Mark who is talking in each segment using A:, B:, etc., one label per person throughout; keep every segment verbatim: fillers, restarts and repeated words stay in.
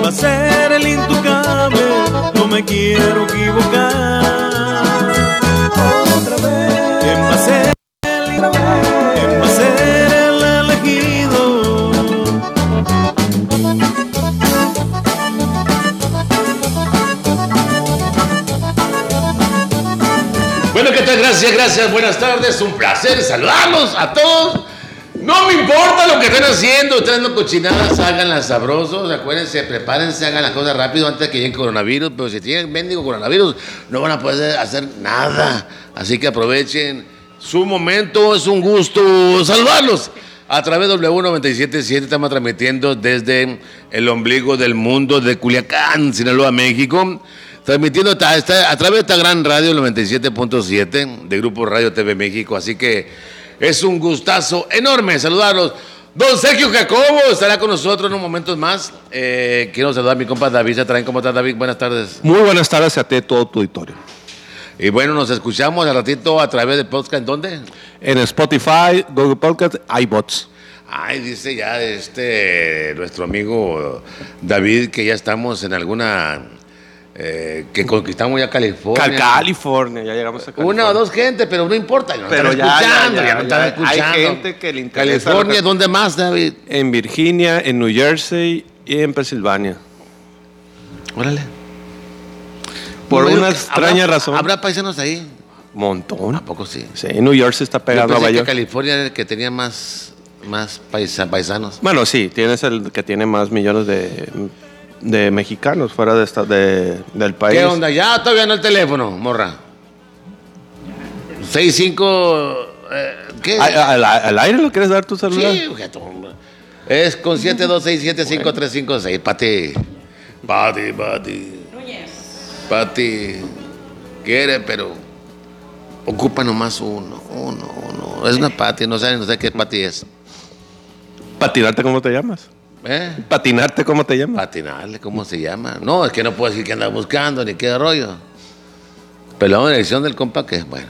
A: a ser el intocable, no me quiero equivocar. Otra vez, ¿quién va a ser el intocable? ¿Quién va a ser el elegido?
B: Bueno, ¿qué tal? Gracias, gracias, buenas tardes, un placer saludarlos a todos. No me importa lo que estén haciendo, ustedes no cochinadas, háganlas sabrosos, acuérdense, prepárense, hagan las cosas rápido antes de que llegue el coronavirus, pero si tienen mendigo coronavirus no van a poder hacer nada, así que aprovechen su momento, es un gusto saludarlos. A través de W noventa y siete punto siete estamos transmitiendo desde el ombligo del mundo de Culiacán, Sinaloa, México. Transmitiendo a, a través de esta gran radio noventa y siete punto siete de Grupo Radio T V México. Así que es un gustazo enorme saludarlos. Don Sergio Jacobo estará con nosotros en unos momentos más. Eh, quiero saludar a mi compa David Satrain. ¿Cómo estás, David? Buenas tardes.
C: Muy buenas tardes a ti, todo tu auditorio.
B: Y bueno, nos escuchamos al ratito a través de podcast. ¿En dónde?
C: En Spotify, Google Podcast, iBots.
B: Ay, dice ya este nuestro amigo David que ya estamos en alguna... Eh, que conquistamos ya California.
C: Cal California, ya llegamos a California.
B: Una o dos gente, pero no importa, ya no
C: pero
B: están
C: ya,
B: escuchando,
C: ya, ya,
B: ya no están
C: ya,
B: escuchando.
C: Hay gente que le interesa.
B: California,
C: que...
B: ¿dónde más, David?
C: En Virginia, en New Jersey y en Pensilvania.
B: Órale.
C: Por
B: no,
C: una extraña
B: ¿habrá,
C: razón.
B: ¿Habrá paisanos ahí?
C: Montón.
B: ¿A poco sí?
C: Sí, New Jersey está pegado a Nueva York.
B: Que California era el que tenía más, más paisa, paisanos.
C: Bueno, sí, tienes el que tiene más millones de... de mexicanos fuera de esta, de, del país.
B: ¿Qué onda? Ya todavía no el teléfono, morra. seis cinco eh, ¿qué?
C: ¿Al, al aire lo quieres dar tu celular?
B: Sí, objeto. Es con siete dos seis siete cinco tres cinco seis. Pati. Pati, Pati. Pati. Quiere, pero ocupa nomás uno. Uno, uno. Es una Pati, no sé, no sé qué Pati es.
C: ¿Patinarte cómo te llamas?
B: ¿Eh?
C: ¿Patinarte cómo te llamas?
B: Patinarle, ¿cómo se llama? No, es que no puedo decir que anda buscando ni qué rollo. Pelón en elección del compa que, bueno.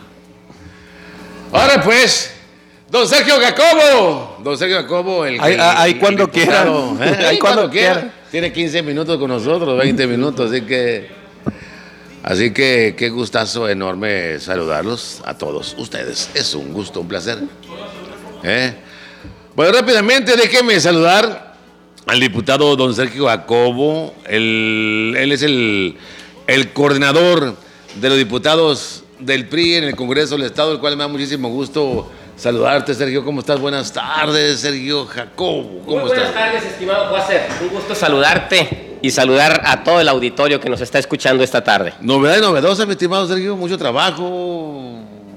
B: Ahora pues, don Sergio Jacobo. Don Sergio Jacobo, el
C: Ahí,
B: el,
C: ahí
B: el,
C: cuando
B: el
C: quiera.
B: ¿eh? Ahí cuando quiera. Tiene quince minutos con nosotros, veinte minutos, así que... Así que qué gustazo enorme saludarlos a todos ustedes. Es un gusto, un placer. ¿Eh? Bueno, rápidamente déjenme saludar al diputado don Sergio Jacobo. Él, él es el, el coordinador de los diputados del P R I en el Congreso del Estado, el cual me da muchísimo gusto saludarte, Sergio. ¿Cómo estás? Buenas tardes, Sergio Jacobo. ¿Cómo
D: Muy
B: estás?
D: buenas tardes, estimado Juácer. Un gusto saludarte y saludar a todo el auditorio que nos está escuchando esta tarde.
B: Novedades novedosas, mi estimado Sergio. Mucho trabajo.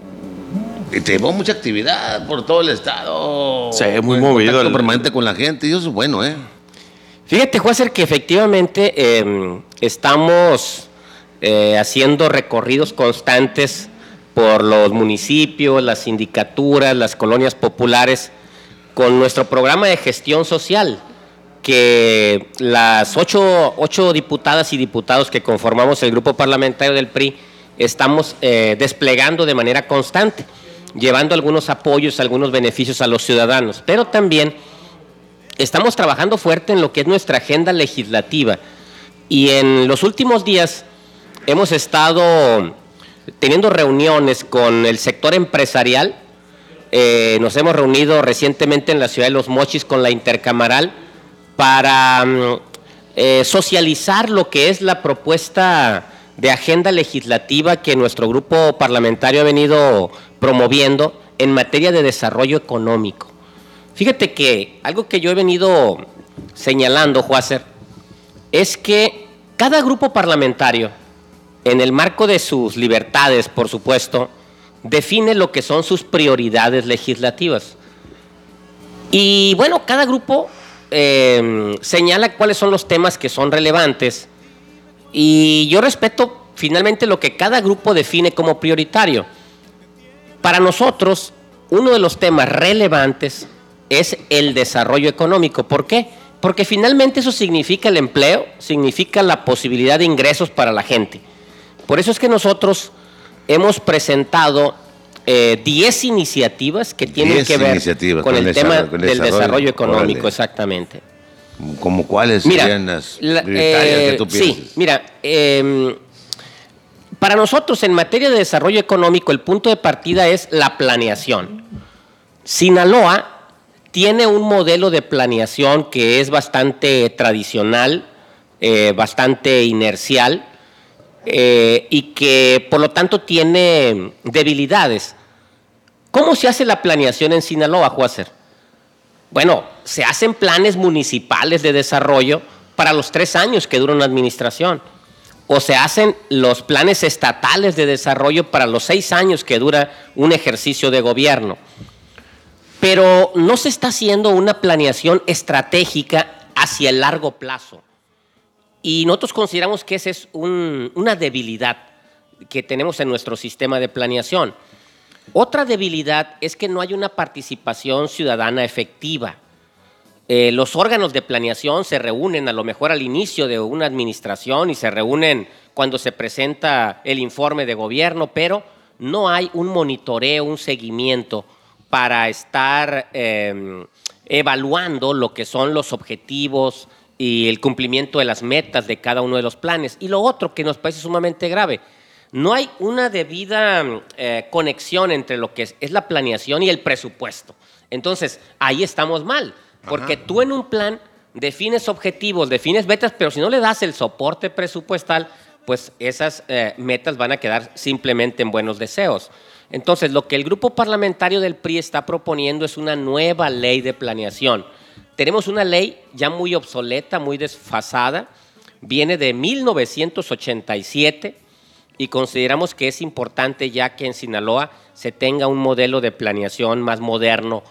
B: Y tenemos mucha actividad por todo el estado.
C: Sí, muy
B: en
C: movido.
B: Contacto
C: El...
B: permanente con la gente, y eso es bueno, ¿eh?
D: Fíjate, Juácer, que efectivamente eh, estamos eh, haciendo recorridos constantes por los municipios, las sindicaturas, las colonias populares, con nuestro programa de gestión social, que las ocho, ocho diputadas y diputados que conformamos el grupo parlamentario del P R I estamos eh, desplegando de manera constante, llevando algunos apoyos, algunos beneficios a los ciudadanos, pero también estamos trabajando fuerte en lo que es nuestra agenda legislativa, y en los últimos días hemos estado teniendo reuniones con el sector empresarial. Eh, nos hemos reunido recientemente en la ciudad de Los Mochis con la Intercamaral para eh, socializar lo que es la propuesta de agenda legislativa que nuestro grupo parlamentario ha venido promoviendo en materia de desarrollo económico. Fíjate que algo que yo he venido señalando, Juácer, es que cada grupo parlamentario, en el marco de sus libertades, por supuesto, define lo que son sus prioridades legislativas. Y bueno, cada grupo eh, señala cuáles son los temas que son relevantes, y yo respeto finalmente lo que cada grupo define como prioritario. Para nosotros, uno de los temas relevantes es el desarrollo económico. ¿Por qué? Porque finalmente eso significa el empleo, significa la posibilidad de ingresos para la gente. Por eso es que nosotros hemos presentado eh, diez iniciativas que tienen que ver con, con el tema con el del desarrollo, desarrollo económico. Órale. Exactamente.
B: ¿Como cuáles
D: Mira,
B: serían las
D: la-
B: prioritarias
D: eh,
B: que tú piensas?
D: Sí, mira, eh, para nosotros en materia de desarrollo económico el punto de partida es la planeación. Sinaloa tiene un modelo de planeación que es bastante tradicional, eh, bastante inercial eh, y que por lo tanto tiene debilidades. ¿Cómo se hace la planeación en Sinaloa, Juácer? Bueno, se hacen planes municipales de desarrollo para los tres años que dura una administración. O se hacen los planes estatales de desarrollo para los seis años que dura un ejercicio de gobierno. Pero no se está haciendo una planeación estratégica hacia el largo plazo. Y nosotros consideramos que esa es un, una debilidad que tenemos en nuestro sistema de planeación. Otra debilidad es que no hay una participación ciudadana efectiva. Eh, los órganos de planeación se reúnen a lo mejor al inicio de una administración y se reúnen cuando se presenta el informe de gobierno, pero no hay un monitoreo, un seguimiento para estar eh, evaluando lo que son los objetivos y el cumplimiento de las metas de cada uno de los planes. Y lo otro que nos parece sumamente grave, no hay una debida eh, conexión entre lo que es, es la planeación y el presupuesto. Entonces, ahí estamos mal. Porque Ajá. tú en un plan defines objetivos, defines metas, pero si no le das el soporte presupuestal, pues esas eh, metas van a quedar simplemente en buenos deseos. Entonces, lo que el grupo parlamentario del P R I está proponiendo es una nueva ley de planeación. Tenemos una ley ya muy obsoleta, muy desfasada, viene de mil novecientos ochenta y siete y consideramos que es importante ya que en Sinaloa se tenga un modelo de planeación más moderno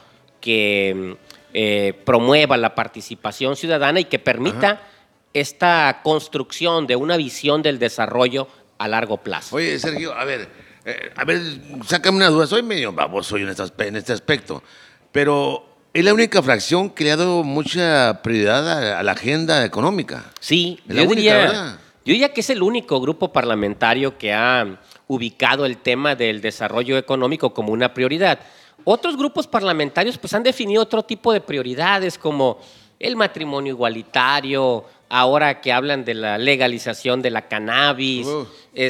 D: que Eh, promueva la participación ciudadana y que permita Ajá. esta construcción de una visión del desarrollo a largo plazo.
B: Oye, Sergio, a ver, eh, a ver, sácame una duda. Soy medio baboso en este, en este aspecto, pero es la única fracción que le ha dado mucha prioridad a, a la agenda económica.
D: Sí,
B: es
D: yo,
B: la única,
D: diría,
B: ¿verdad?
D: yo diría que es el único grupo parlamentario que ha ubicado el tema del desarrollo económico como una prioridad. Otros grupos parlamentarios pues, han definido otro tipo de prioridades como el matrimonio igualitario, ahora que hablan de la legalización de la cannabis, uh.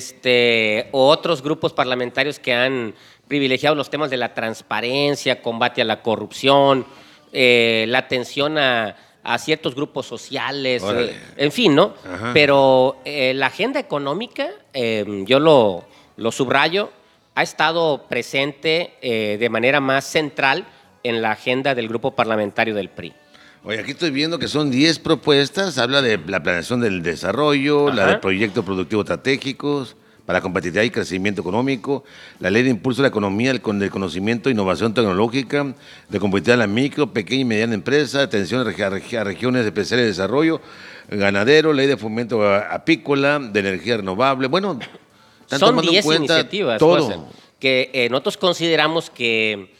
D: este, o otros grupos parlamentarios que han privilegiado los temas de la transparencia, combate a la corrupción, eh, la atención a, a ciertos grupos sociales, eh, en fin, ¿no? Ajá. Pero eh, la agenda económica, eh, yo lo, lo subrayo, ha estado presente eh, de manera más central en la agenda del grupo parlamentario del P R I.
B: Oye, aquí estoy viendo que son diez propuestas, habla de la planeación del desarrollo, Ajá. la de proyectos productivos estratégicos para competitividad y crecimiento económico, la ley de impulso a la economía, el, con, el conocimiento e innovación tecnológica, de competitividad a la micro, pequeña y mediana empresa, atención a, regi a regiones especiales de desarrollo, ganadero, ley de fomento apícola, de energía renovable, bueno...
D: Son diez iniciativas todo. que eh, nosotros consideramos que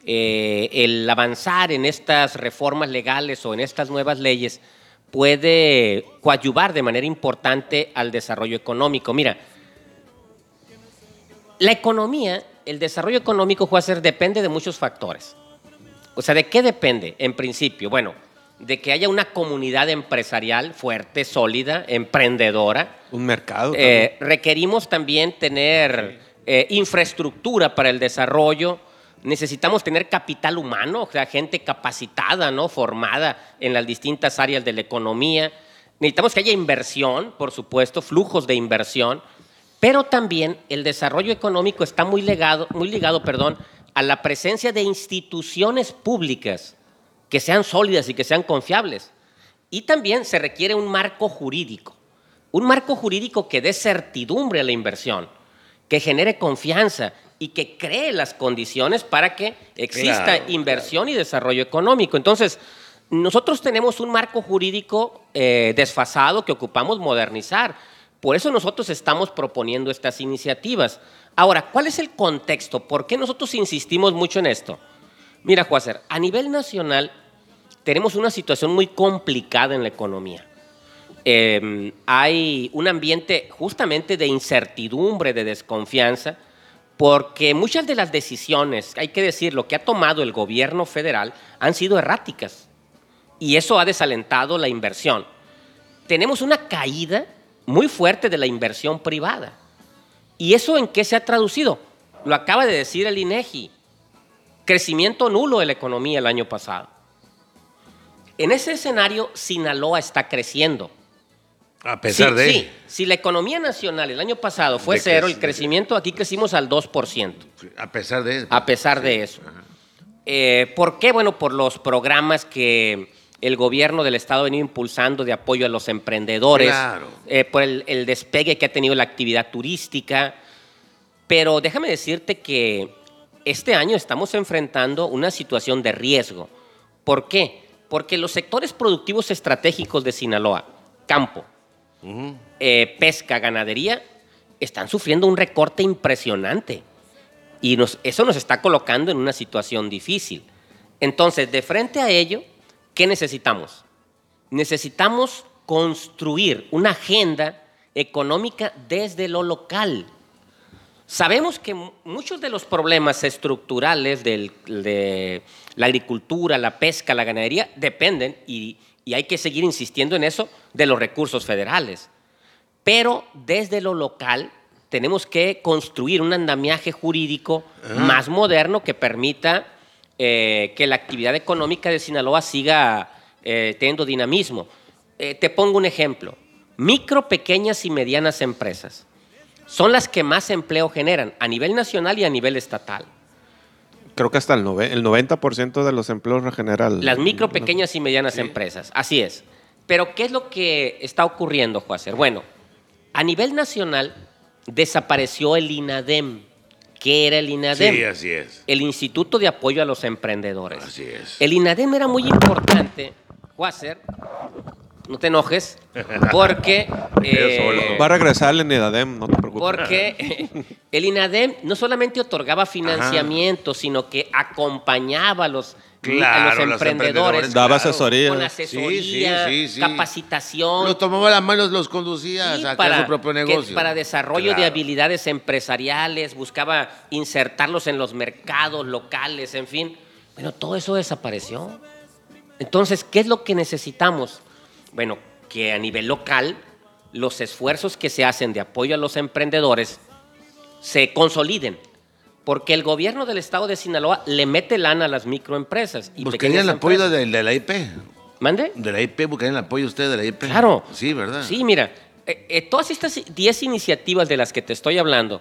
D: eh, el avanzar en estas reformas legales o en estas nuevas leyes puede coadyuvar de manera importante al desarrollo económico. Mira, la economía, el desarrollo económico, Juácer, depende de muchos factores. O sea, ¿de qué depende en principio? Bueno, de que haya una comunidad empresarial fuerte, sólida, emprendedora.
C: Un mercado.
D: Eh, requerimos también tener sí. eh, infraestructura para el desarrollo. Necesitamos tener capital humano, o sea, gente capacitada, ¿no? Formada en las distintas áreas de la economía. Necesitamos que haya inversión, por supuesto, flujos de inversión, pero también el desarrollo económico está muy ligado, muy ligado, perdón, a la presencia de instituciones públicas que sean sólidas y que sean confiables. Y también se requiere un marco jurídico, un marco jurídico que dé certidumbre a la inversión, que genere confianza y que cree las condiciones para que exista claro, inversión claro. y desarrollo económico. Entonces, nosotros tenemos un marco jurídico eh, desfasado que ocupamos modernizar. Por eso nosotros estamos proponiendo estas iniciativas. Ahora, ¿cuál es el contexto? ¿Por qué nosotros insistimos mucho en esto? Mira, Juácer, a nivel nacional tenemos una situación muy complicada en la economía. Eh, hay un ambiente justamente de incertidumbre, de desconfianza, porque muchas de las decisiones, hay que decirlo, que ha tomado el gobierno federal han sido erráticas. y eso ha desalentado la inversión. Tenemos una caída muy fuerte de la inversión privada. ¿Y eso en qué se ha traducido? Lo acaba de decir el INEGI. Crecimiento nulo de la economía el año pasado. En ese escenario, Sinaloa está creciendo.
B: A pesar
D: Sí,
B: de...
D: sí, si la economía nacional el año pasado fue
B: De
D: cero,
B: crec-
D: el crecimiento aquí crecimos al dos por ciento.
B: A pesar de...
D: A pesar de eso. Eh, ¿Por qué? Bueno, por los programas que el gobierno del estado ha venido impulsando de apoyo a los emprendedores,
B: Claro.
D: eh, por el, el despegue que ha tenido la actividad turística. Pero déjame decirte que este año estamos enfrentando una situación de riesgo. ¿Por qué? Porque los sectores productivos estratégicos de Sinaloa, campo,
B: Ujú.
D: eh, pesca, ganadería, están sufriendo un recorte impresionante. Y nos, eso nos está colocando en una situación difícil. Entonces, de frente a ello, ¿qué necesitamos? Necesitamos construir una agenda económica desde lo local. Sabemos que mu- muchos de los problemas estructurales del- de la agricultura, la pesca, la ganadería, dependen, y, y hay que seguir insistiendo en eso, de los recursos federales. Pero desde lo local tenemos que construir un andamiaje jurídico más moderno que permita eh, que la actividad económica de Sinaloa siga eh, teniendo dinamismo. Eh, te pongo un ejemplo. Micro, pequeñas y medianas empresas son las que más empleo generan a nivel nacional y a nivel estatal.
C: Creo que hasta el, nove- el noventa por ciento de los empleos regeneran.
D: Las micro, pequeñas y medianas empresas, así es. Pero ¿qué es lo que está ocurriendo, Joacer? Bueno, a nivel nacional desapareció el INADEM. ¿Qué era el INADEM?
B: Sí, así es.
D: El Instituto de Apoyo a los Emprendedores.
B: Así es.
D: El INADEM era muy importante, Joacer, no te enojes, porque... eh,
C: Va a regresar el INADEM, no te preocupes.
D: porque el INADEM no solamente otorgaba financiamiento, sino que acompañaba a los,
B: Claro,
D: a los
B: los
D: emprendedores.
B: emprendedores,
C: Daba
B: claro.
C: asesoría.
D: Con asesoría,
B: Sí, sí, sí, sí.
D: capacitación.
B: Los tomaba las manos, los conducía
D: Sí,
B: a sacar su propio
D: que-
B: negocio.
D: para desarrollo de
B: Claro.
D: habilidades empresariales, buscaba insertarlos en los mercados locales, en fin. Bueno, todo eso desapareció. Entonces, ¿qué es lo que necesitamos? Bueno, que a nivel local los esfuerzos que se hacen de apoyo a los emprendedores se consoliden, porque el gobierno del estado de Sinaloa le mete lana a las microempresas y
B: ¿Buscarían
D: pequeñas
B: el apoyo
D: empresas.
B: de, de la I P?
D: ¿Mande?
B: ¿De la I P? ¿Buscarían el apoyo usted de la I P?
D: Claro.
B: Sí, ¿verdad?
D: Sí, mira, eh, eh, todas estas diez iniciativas de las que te estoy hablando,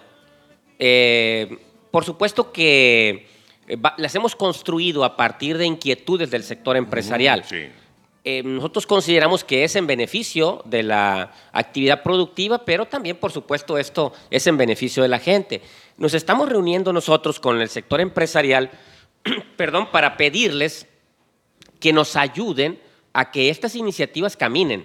D: eh, por supuesto que eh, va- las hemos construido a partir de inquietudes del sector empresarial.
B: Sí.
D: Eh, nosotros consideramos que es en beneficio de la actividad productiva, pero también, por supuesto, esto es en beneficio de la gente. Nos estamos reuniendo nosotros con el sector empresarial, perdón, para pedirles que nos ayuden a que estas iniciativas caminen.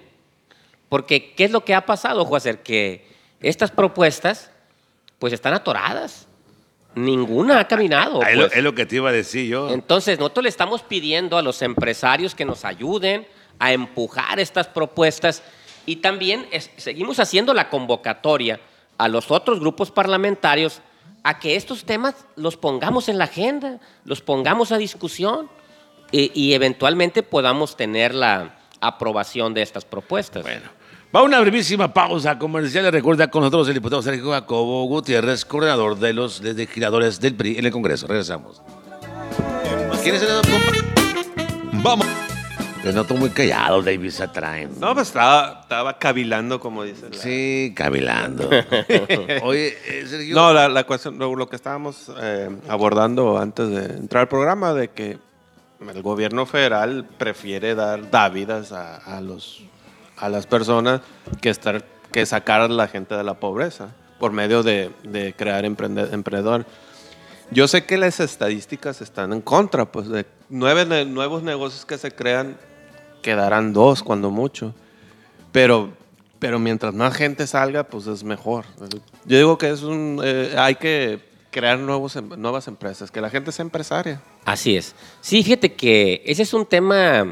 D: Porque, ¿qué es lo que ha pasado, Joacer? Que estas propuestas, pues, están atoradas. Ninguna ha caminado.
B: Ah, es, lo,
D: pues.
B: es lo que te iba a decir yo.
D: Entonces, nosotros le estamos pidiendo a los empresarios que nos ayuden a empujar estas propuestas y también es- seguimos haciendo la convocatoria a los otros grupos parlamentarios a que estos temas los pongamos en la agenda, los pongamos a discusión y, y eventualmente podamos tener la aprobación de estas propuestas.
B: Bueno, va una brevísima pausa comercial. Recuerda con nosotros el diputado Sergio Jacobo Gutiérrez, coordinador de los legisladores del P R I en el Congreso. Regresamos. ¿Quién es el compa?
C: Vamos.
B: Te noto muy callado, David Satrain.
C: No, pues estaba, estaba cavilando, como dice. la-
B: Sí, cavilando. Oye, eh, Sergio.
C: No, la, la cuestión, lo, lo que estábamos eh, abordando antes de entrar al programa, de que el gobierno federal prefiere dar dávidas a, a los, a las personas que, estar, que sacar a la gente de la pobreza por medio de, de crear emprende, emprendedor. Yo sé que las estadísticas están en contra, pues de nueve ne- nuevos negocios que se crean, quedarán dos cuando mucho. Pero, pero mientras más gente salga, pues es mejor. Yo digo que es un, eh, hay que crear nuevos, em- nuevas empresas, que la gente sea empresaria.
D: Así es. Sí, fíjate que ese es un tema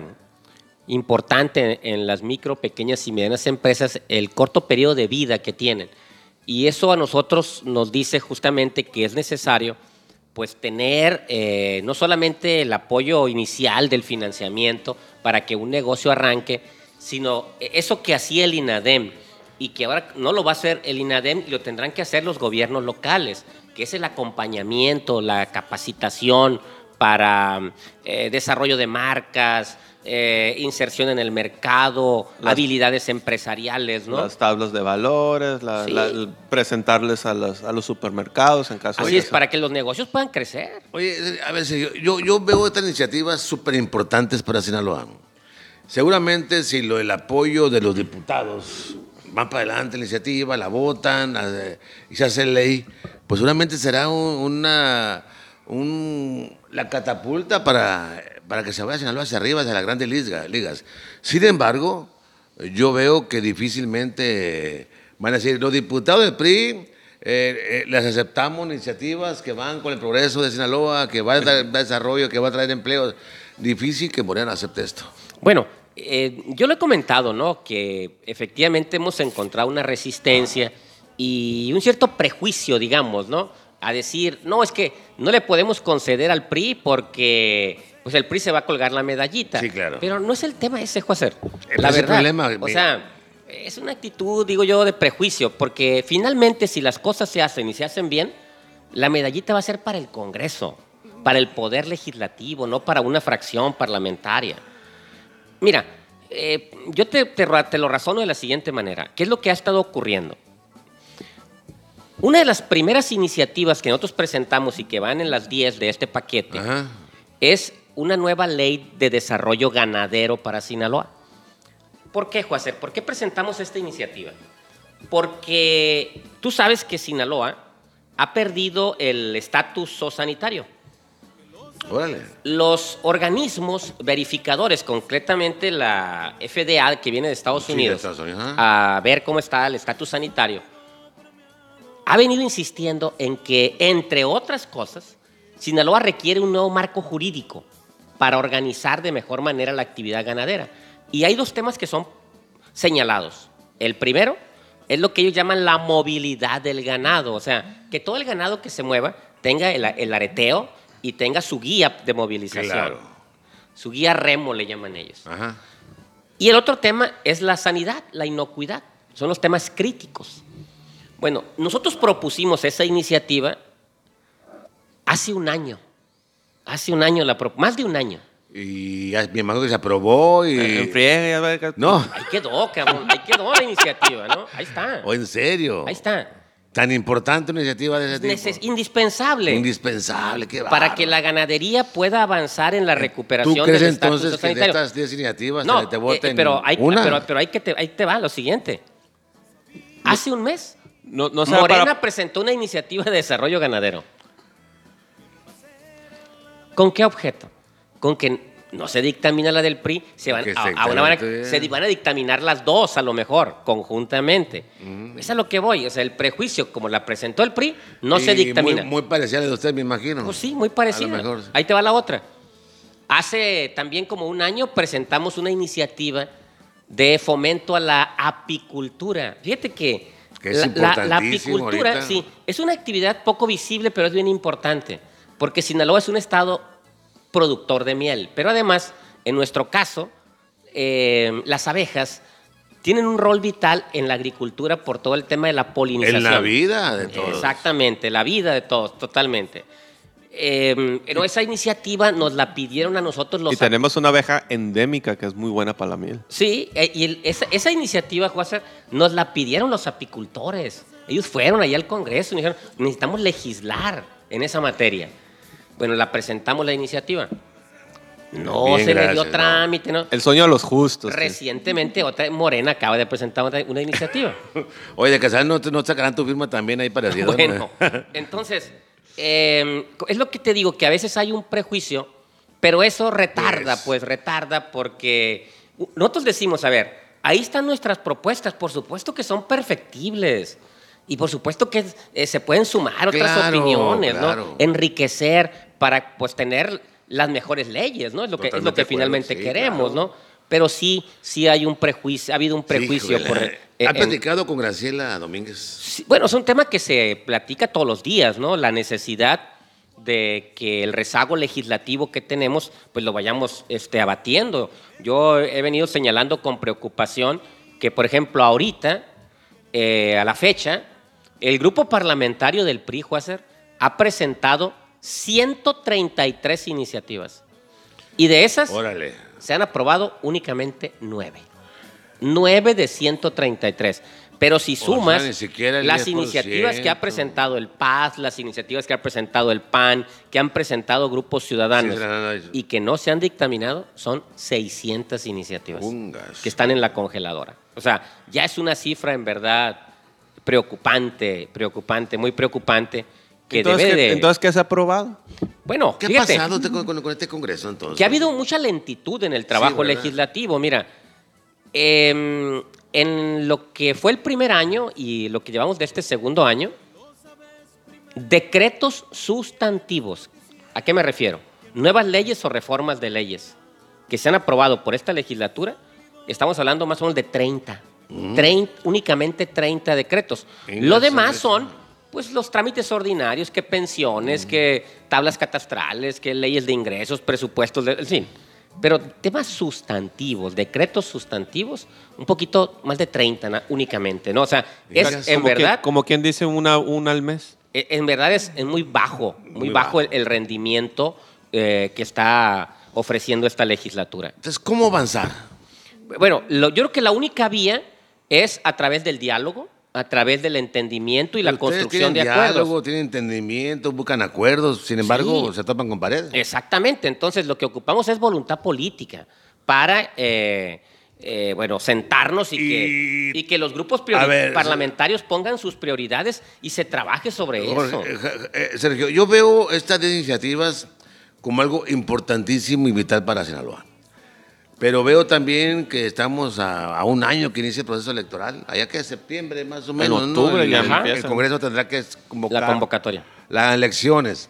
D: importante en las micro, pequeñas y medianas empresas, el corto periodo de vida que tienen. Y eso a nosotros nos dice justamente que es necesario pues tener eh, no solamente el apoyo inicial del financiamiento para que un negocio arranque, sino eso que hacía el INADEM y que ahora no lo va a hacer el INADEM, lo tendrán que hacer los gobiernos locales, que es el acompañamiento, la capacitación para eh, desarrollo de marcas, eh, inserción en el mercado, las, habilidades empresariales, ¿no?
C: Las tablas de valores, la,
D: sí.
C: la, presentarles a los, a los supermercados en caso
D: Así
C: de
D: es, para que los negocios puedan crecer.
B: Oye, a ver, yo, yo, yo veo estas iniciativas súper importantes para Sinaloa. Seguramente si lo, el apoyo de los diputados van para adelante la iniciativa, la votan la, y se hace ley, pues seguramente será un, una un, la catapulta para, para que se vaya Sinaloa hacia arriba, hacia las grandes ligas. Sin embargo, yo veo que difícilmente van a decir, los diputados del P R I eh, eh, les aceptamos iniciativas que van con el progreso de Sinaloa, que va a dar desarrollo, que va a traer empleos. Difícil que Morena acepte esto.
D: Bueno, eh, yo lo he comentado, ¿no? Que efectivamente hemos encontrado una resistencia y un cierto prejuicio, digamos, ¿no? A decir, no, es que no le podemos conceder al P R I porque pues el P R I se va a colgar la medallita.
B: Sí, claro.
D: Pero no es el tema ese, Joacer.
B: El
D: La
B: ese
D: verdad.
B: Problema,
D: o sea, es una actitud, digo yo, de prejuicio, porque finalmente si las cosas se hacen y se hacen bien, la medallita va a ser para el Congreso, para el Poder Legislativo, no para una fracción parlamentaria. Mira, eh, yo te, te, te lo razono de la siguiente manera. ¿Qué es lo que ha estado ocurriendo? Una de las primeras iniciativas que nosotros presentamos y que van en las diez de este paquete Ajá. es una nueva ley de desarrollo ganadero para Sinaloa. ¿Por qué, Joacer? ¿Por qué presentamos esta iniciativa? Porque tú sabes que Sinaloa ha perdido el estatus zoosanitario.
B: Órale.
D: Los organismos verificadores, concretamente la F D A que viene de Estados
B: sí,
D: Unidos,
B: de Estados Unidos.
D: a ver cómo está el estatus sanitario, ha venido insistiendo en que, entre otras cosas, Sinaloa requiere un nuevo marco jurídico para organizar de mejor manera la actividad ganadera. Y hay dos temas que son señalados. El primero es lo que ellos llaman la movilidad del ganado, o sea, que todo el ganado que se mueva tenga el, el areteo y tenga su guía de movilización.
B: Claro.
D: Su guía remo le llaman ellos.
B: Ajá.
D: Y el otro tema es la sanidad, la inocuidad. Son los temas críticos. Bueno, nosotros propusimos esa iniciativa hace un año. Hace un año, la pro- más de un año.
B: Y ya, mi hermano que se aprobó y...
C: En friega, ya ve,
B: No.
D: Ahí quedó, cabrón. Ahí quedó la iniciativa, ¿no? Ahí está.
B: ¿O en serio?
D: Ahí está.
B: Tan importante una iniciativa de ese tipo.
D: Neces- indispensable.
B: Indispensable, qué
D: Para
B: bárbaro.
D: que la ganadería pueda avanzar en la recuperación
B: ¿Tú crees
D: del estatus
B: entonces que de
D: sanitario.
B: estas diez iniciativas
D: No,
B: te, te
D: eh,
B: voten
D: pero, hay,
B: una?
D: pero, pero hay que te, ahí te va lo siguiente. Hace un mes,
C: No, no sea
D: Morena
C: para-
D: presentó una iniciativa de desarrollo ganadero. ¿Con qué objeto? Con que no se dictamina la del P R I, se van,
B: Que
D: a,
B: se
D: a una manera-
B: dictamente-
D: se van a dictaminar las dos a lo mejor, conjuntamente. Mm. Es a lo que voy, o sea, el prejuicio, como la presentó el P R I, no
B: Y
D: se dictamina.
B: Muy, muy parecida a la de usted, me imagino.
D: Pues sí, muy parecida.
B: A lo mejor.
D: Ahí te va la otra. Hace también como un año presentamos una iniciativa de fomento a la apicultura. Fíjate que,
B: Que es
D: la, la, la
B: importantísimo
D: apicultura,
B: ahorita.
D: sí, es una actividad poco visible, pero es bien importante, porque Sinaloa es un estado productor de miel, pero además, en nuestro caso, eh, las abejas tienen un rol vital en la agricultura por todo el tema de la polinización.
B: En la vida de todos.
D: Exactamente, la vida de todos, totalmente. Eh, pero esa iniciativa nos la pidieron a nosotros los...
C: Y tenemos una abeja endémica que es muy buena para la miel.
D: Sí, eh, y el- esa, esa iniciativa, Juan, nos la pidieron los apicultores. Ellos fueron allá al Congreso y dijeron, necesitamos legislar en esa materia. Bueno, la presentamos la iniciativa. No
B: Bien,
D: se le
B: gracias,
D: dio
B: no.
D: trámite, ¿no?
C: El sueño de los justos. sí.
D: Recientemente, otra Morena acaba de presentar otra- una iniciativa.
B: Oye, de casar no, no sacarán tu firma también ahí parecido. ¿no?
D: Bueno, entonces, eh, es lo que te digo, que a veces hay un prejuicio, pero eso retarda,
B: Yes.
D: pues retarda, porque nosotros decimos, a ver, ahí están nuestras propuestas, por supuesto que son perfectibles, y por supuesto que eh, se pueden sumar otras
B: Claro,
D: opiniones,
B: claro.
D: ¿no? Enriquecer para, pues, tener las mejores leyes, ¿no? Es lo que, es lo
B: Totalmente
D: que
B: de acuerdo,
D: finalmente
B: sí,
D: queremos,
B: claro.
D: ¿no? Pero sí, sí hay un prejuicio, ha habido un prejuicio
B: Híjole.
D: por... eh,
B: ¿Ha
D: en-
B: platicado con Graciela Domínguez?
D: Sí, bueno, es un tema que se platica todos los días, ¿no? La necesidad de que el rezago legislativo que tenemos, pues lo vayamos este, abatiendo. Yo he venido señalando con preocupación que, por ejemplo, ahorita, eh, a la fecha, el grupo parlamentario del P R I, Juácer, ha presentado ciento treinta y tres iniciativas. Y de esas,
B: Órale.
D: se han aprobado únicamente nueve. nueve de ciento treinta y tres. Pero si sumas
B: O sea, ni siquiera el
D: las
B: diez por
D: iniciativas que ha
B: ciento.
D: presentado el P A S, las iniciativas que ha presentado el P A N, que han presentado grupos ciudadanos
B: Sí, no, no, no.
D: y que no se han dictaminado, son seiscientas iniciativas
B: Ungas.
D: que están en la congeladora. O sea, ya es una cifra en verdad preocupante, preocupante, muy preocupante, que
C: Entonces,
D: debe
C: ¿qué,
D: de...
C: entonces, ¿qué se ha aprobado?
D: bueno,
B: ¿Qué ha
D: fíjate,
B: pasado te- con, con- con este Congreso entonces?
D: que ha habido mucha lentitud en el trabajo
B: ¿verdad?
D: legislativo. Mira, eh, en lo que fue el primer año y lo que llevamos de este segundo año, decretos sustantivos. ¿A qué me refiero? Nuevas leyes o reformas de leyes que se han aprobado por esta legislatura, estamos hablando más o menos de treinta. treinta únicamente treinta decretos.
B: Venga,
D: Lo demás
B: eso.
D: son pues los trámites ordinarios, que pensiones, que tablas catastrales, que leyes de ingresos, presupuestos, de, en fin. Pero temas sustantivos, decretos sustantivos, un poquito más de treinta na- únicamente, ¿no? O sea, es
B: Fíjate,
D: en
C: Como quien-
D: verdad,
C: como quien dice una, una al mes.
D: e- en verdad es, es muy bajo, muy,
B: Muy
D: bajo,
B: bajo.
D: El, el rendimiento eh, que está ofreciendo esta legislatura.
B: Entonces, ¿cómo avanzar?
D: Bueno, lo- yo creo que la única vía es a través del diálogo, a través del entendimiento y la
B: Ustedes
D: construcción de
B: tienen
D: acuerdos.
B: diálogo, tienen entendimiento, buscan acuerdos, sin embargo,
D: Sí.
B: se topan con pared.
D: Exactamente, entonces lo que ocupamos es voluntad política para, eh, eh, bueno, sentarnos y,
B: Y-
D: que, y que los grupos priori-
B: A ver,
D: parlamentarios pongan sus prioridades y se trabaje sobre
B: Jorge,
D: eso.
B: eh, ja- eh, Sergio, yo veo estas iniciativas como algo importantísimo y vital para Sinaloa. Pero veo también que estamos a, a un año que inicia el proceso electoral, allá que es septiembre más o menos. ¿no?
C: octubre
B: El-
C: ya
B: el,
C: empieza.
B: el Congreso tendrá que convocar
D: La convocatoria.
B: las elecciones.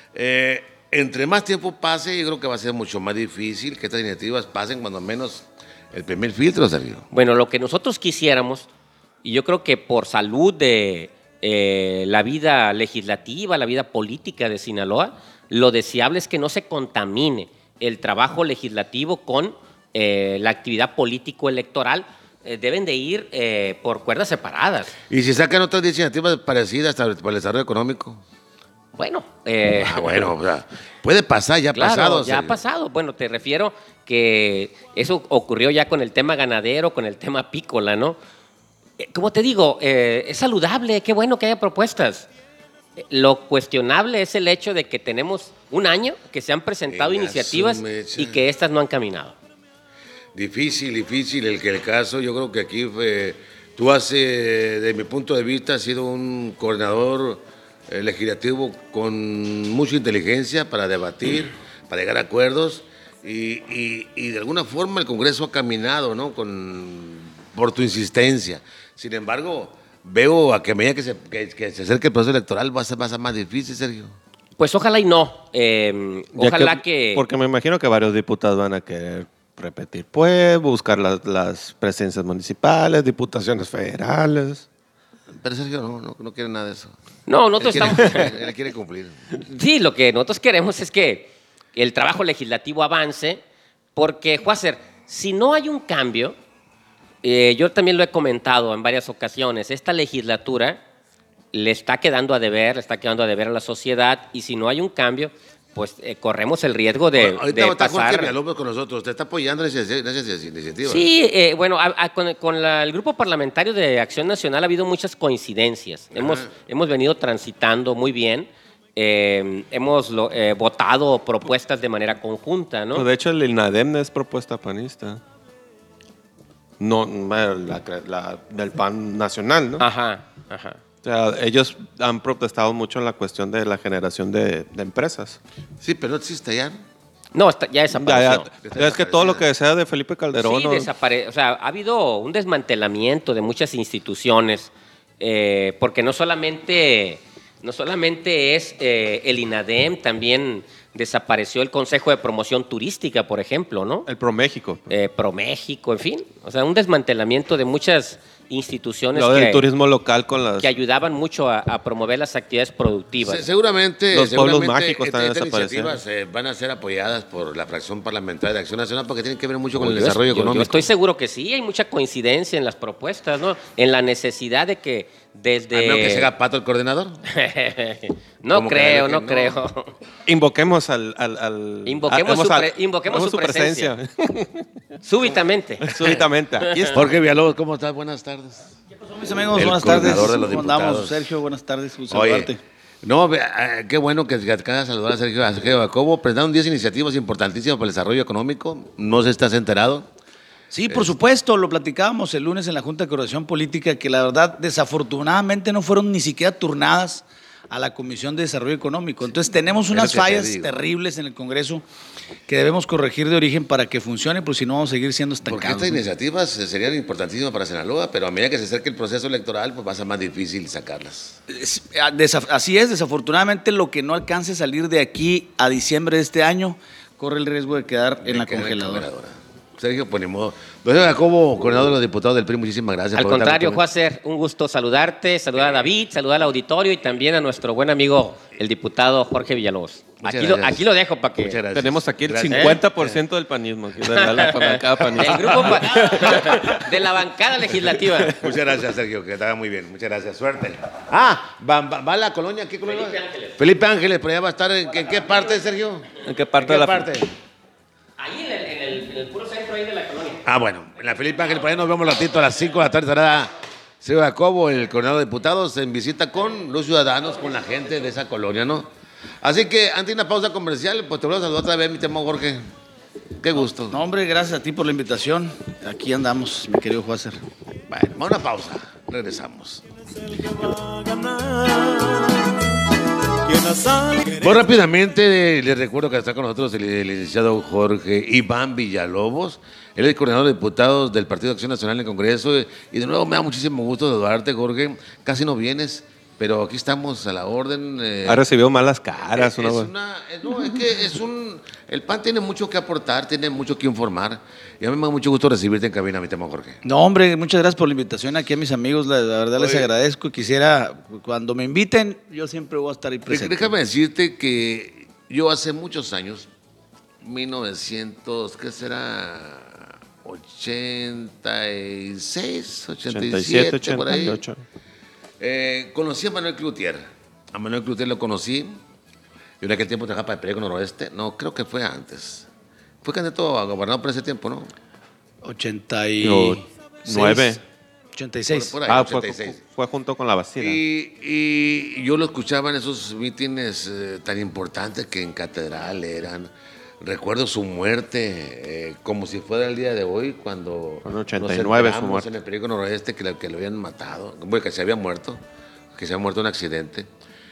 B: Eh, entre más tiempo pase, yo creo que va a ser mucho más difícil que estas iniciativas pasen cuando menos el primer filtro, Sergio.
D: Bueno, lo que nosotros quisiéramos, y yo creo que por salud de eh, la vida legislativa, la vida política de Sinaloa, lo deseable es que no se contamine el trabajo legislativo con eh, la actividad político-electoral. Eh, deben de ir eh, por cuerdas separadas.
B: Y si sacan otras iniciativas parecidas para el desarrollo económico.
D: Bueno, eh,
B: Ah, bueno, o sea, puede pasar, ya ha
D: claro,
B: pasado.
D: ya ha
B: Sergio.
D: pasado. Bueno, te refiero que eso ocurrió ya con el tema ganadero, con el tema apícola, ¿no? Eh, Como te digo, eh, es saludable, qué bueno que haya propuestas. Eh, Lo cuestionable es el hecho de que tenemos un año que se han presentado
B: Venga,
D: iniciativas
B: su mecha.
D: y que estas no han caminado.
B: Difícil, difícil el que el caso. Yo creo que aquí fue- tú has, eh, de mi punto de vista, has sido un coordinador eh, legislativo con mucha inteligencia para debatir, para llegar a acuerdos y, y- y de alguna forma el Congreso ha caminado, ¿no? Con, por tu insistencia. Sin embargo, veo a que a medida que se, que, que se acerque el proceso electoral va a ser, va a ser más difícil, Sergio.
D: Pues ojalá y no. Eh,
C: Ya
D: ojalá que...
C: Porque me imagino que varios diputados van a querer repetir, pues, buscar las, las presencias municipales, diputaciones federales.
B: Pero Sergio no, no, no quiere nada de eso.
D: No, nosotros
B: Él
D: estamos...
B: quiere, él quiere cumplir.
D: Sí, lo que nosotros queremos es que el trabajo legislativo avance, porque, Juácer, si no hay un cambio, eh, yo también lo he comentado en varias ocasiones, esta legislatura le está quedando a deber, le está quedando a deber a la sociedad, y si no hay un cambio, pues eh, corremos el riesgo de,
B: Ahorita
D: de
B: está Jorge
D: pasar...
B: Villalobos con nosotros. ¿Te está apoyando en esa, en esa iniciativa?
D: Sí, eh, bueno, a- a- con, con la- el grupo parlamentario de Acción Nacional ha habido muchas coincidencias. Hemos, hemos venido transitando muy bien. Eh, hemos lo- eh, votado propuestas de manera conjunta, ¿no?
C: Pues, de hecho, el INADEM es propuesta panista. No, bueno, la, la- del P A N nacional, ¿no?
D: Ajá, ajá.
C: O sea, ellos han protestado mucho en la cuestión de la generación de, de empresas.
B: Sí, pero no existe ya.
D: No, está- ya
C: Ya,
D: desapareció.
C: ya, ya es que todo lo que sea de Felipe Calderón.
D: Sí,
C: ¿no?
D: desapare- o sea, ha habido un desmantelamiento de muchas instituciones, eh, porque no solamente, no solamente es eh, el INADEM, también desapareció el Consejo de Promoción Turística, por ejemplo, ¿no?
C: El ProMéxico.
D: Eh, ProMéxico, en fin. O sea, un desmantelamiento de muchas instituciones
C: Lo del
D: que,
C: turismo local con las...
D: que ayudaban mucho a, a promover las actividades productivas.
B: Se- seguramente,
C: Los pueblos
B: seguramente
C: mágicos
B: esta-
C: también
B: estas
C: desaparecieron.
B: iniciativas eh, van a ser apoyadas por la fracción parlamentaria de Acción Nacional porque tienen que ver mucho con el
D: Yo-
B: desarrollo
D: yo- yo
B: económico.
D: estoy seguro que sí, hay mucha coincidencia en las propuestas, ¿no? En la necesidad de que desde...
B: ¿A menos que se haga Pato el coordinador?
D: no
B: ¿Cómo
D: creo,
B: que
D: no
B: no?
D: creo.
C: Invoquemos al... al, al
D: Invoquemos
C: a-
D: su
C: al-
D: pre- invoquemos
C: hagamos
D: su presencia.
C: Súbitamente.
D: Súbitamente.
C: Aquí está.
B: Jorge Villalobos, ¿cómo estás? Buenas tardes.
E: Mis amigos,
B: El
E: buenas tardes.
B: coordinador de los
E: ¿Cómo andamos?
B: diputados.
E: Sergio, buenas tardes. Un
B: Oye,
E: saludarte.
B: no, ve- eh, qué bueno que, que acabas de saludar a Sergio, a Sergio Jacobo. Presentaron diez iniciativas importantísimas para el desarrollo económico. No sé si estás enterado.
E: Sí, por supuesto, lo platicábamos el lunes en la Junta de Coordinación Política, que la verdad, desafortunadamente, no fueron ni siquiera turnadas a la Comisión de Desarrollo Económico. Entonces, tenemos
B: Es lo
E: unas
B: que te
E: fallas
B: digo.
E: terribles en el Congreso que debemos corregir de origen para que funcione, porque si no vamos a seguir siendo
B: Porque
E: estancados.
B: estas
E: ¿no?
B: iniciativas eh, serían importantísimas para Sinaloa, pero a medida que se acerque el proceso electoral, pues va a ser más difícil sacarlas.
E: Es- ah, desa- Así es, desafortunadamente, lo que no alcance a salir de aquí a diciembre de este año corre el riesgo de quedar en la
B: Que quede
E: congeladora.
B: Sergio, pues ni modo. Don Jacobo, coordinador de los diputados del P R I, muchísimas gracias.
D: Al
B: por estar
D: contrario,
B: con-
D: Juacer, un gusto saludarte, saludar a David, saludar al auditorio y también a nuestro buen amigo, el diputado Jorge Villalobos.
B: Muchas
D: Aquí lo,
B: gracias.
D: aquí lo dejo para que...
B: Muchas gracias.
C: Tenemos aquí el
B: Gracias.
C: cincuenta por ciento del panismo. Aquí de la, la bancada panista.
D: El grupo pa- de la bancada legislativa.
B: Muchas gracias, Sergio, que te haga muy bien. Muchas gracias, suerte. Ah, va, va- va a la colonia, ¿qué colonia?
D: Felipe Ángeles.
B: Felipe Ángeles, pero ya va a estar en, ¿en qué parte, Sergio?
C: ¿En qué parte
B: ¿En
C: de
B: qué
C: la
B: parte?
D: Ahí en el, en, el, en el puro centro ahí de la colonia.
B: Ah, bueno, en la Felipe Ángeles, por ahí nos vemos ratito a las cinco de la tarde. Estará Sergio Jacobo, el coordinador de diputados, en visita con los ciudadanos, con la gente de esa colonia, ¿no? Así que, antes de una pausa comercial, pues te voy a saludar otra vez, mi tema Jorge. Qué gusto.
E: No, hombre, gracias a ti por la invitación. Aquí andamos, mi querido Juácer.
B: Bueno, vamos a una pausa. Regresamos. Muy rápidamente, les recuerdo que está con nosotros el, el licenciado Jorge Iván Villalobos. Él es el coordinador de diputados del Partido de Acción Nacional en el Congreso. Y de nuevo me da muchísimo gusto saludarte, Jorge. Casi no vienes, pero aquí estamos a la orden. eh,
C: Ha recibido malas caras.
B: es
C: una-
B: una, es- no, es que es un. El P A N tiene mucho que aportar, tiene mucho que informar. Y a mí me da mucho gusto recibirte en cabina, mi tema Jorge.
E: No, hombre, muchas gracias por la invitación aquí a mis amigos. La, la verdad les
B: Oye.
E: agradezco. Quisiera, cuando me inviten, yo siempre voy a estar ahí
B: Dej-
E: presente.
B: Déjame decirte que yo hace muchos años, mil novecientos, ¿qué será? ochenta y seis, ochenta y siete, por ahí.
C: ochenta y ocho.
B: Eh, conocí a Manuel Cloutier. A Manuel Cloutier lo conocí. Yo en aquel tiempo trabajaba para el periódico Noroeste. No, creo que fue antes. Fue candidato a gobernador por ese tiempo, ¿no?
E: ochenta y
C: No, nueve.
E: ochenta y seis.
B: Por- por ahí,
C: Ah, fue,
B: ochenta y seis.
C: fue junto con la Bastida.
B: Y, y yo lo escuchaba en esos mítines eh, tan importantes que en Catedral eran. Recuerdo su muerte eh, como si fuera el día de hoy, cuando
C: Fue en ochenta y
B: nos
C: nueve su
B: enteramos
C: muerte.
B: en el periódico Noroeste que, lo- que lo habían matado, bueno, que se había muerto, que se había muerto en un accidente.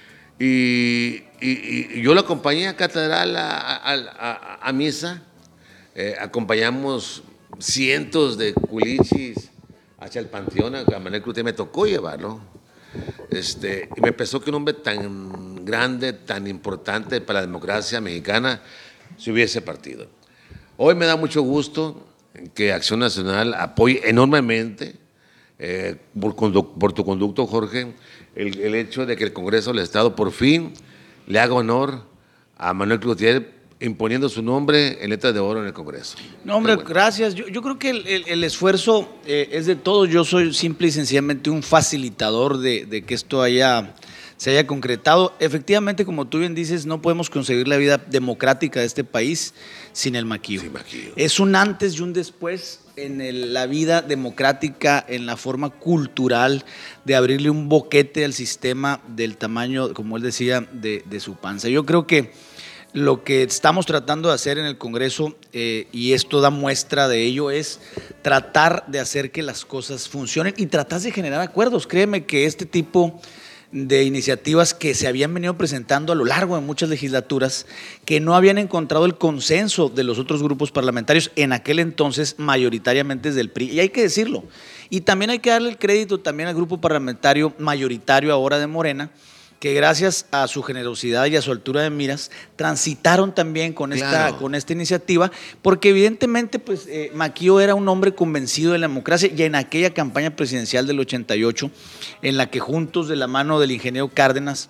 B: Y, y- y yo lo acompañé a Catedral a, a- a- a misa. Eh, acompañamos cientos de culichis hacia el panteón. A Manuel Cloutier me tocó llevarlo. Este, y me pensó que un hombre tan grande, tan importante para la democracia mexicana se hubiese partido. Hoy me da mucho gusto que Acción Nacional apoye enormemente, eh, por, condu- por tu conducto, Jorge, el, el hecho de que el Congreso del Estado por fin le haga honor a Manuel Cloutier imponiendo su nombre en letras de oro en el Congreso.
E: No, hombre,
B: Qué bueno.
E: gracias. Yo, yo creo que el, el- el esfuerzo eh, es de todos. Yo soy simple y sencillamente un facilitador de, de que esto haya, se haya concretado. Efectivamente, como tú bien dices, no podemos conseguir la vida democrática de este país sin el maquillo.
B: Sin maquillo.
E: Es un antes y un después en el- la vida democrática, en la forma cultural de abrirle un boquete al sistema del tamaño, como él decía, de, de su panza. Yo creo que lo que estamos tratando de hacer en el Congreso, eh, y esto da muestra de ello, es tratar de hacer que las cosas funcionen y tratar de generar acuerdos. Créeme que este tipo de iniciativas que se habían venido presentando a lo largo de muchas legislaturas, que no habían encontrado el consenso de los otros grupos parlamentarios, en aquel entonces mayoritariamente desde el P R I, y hay que decirlo. Y también hay que darle el crédito también al grupo parlamentario mayoritario ahora de Morena, que gracias a su generosidad y a su altura de miras, transitaron también con,
B: Claro.
E: esta, con esta iniciativa, porque evidentemente pues, eh, Maquio era un hombre convencido de la democracia, y en aquella campaña presidencial del ochenta y ocho, en la que juntos de la mano del ingeniero Cárdenas,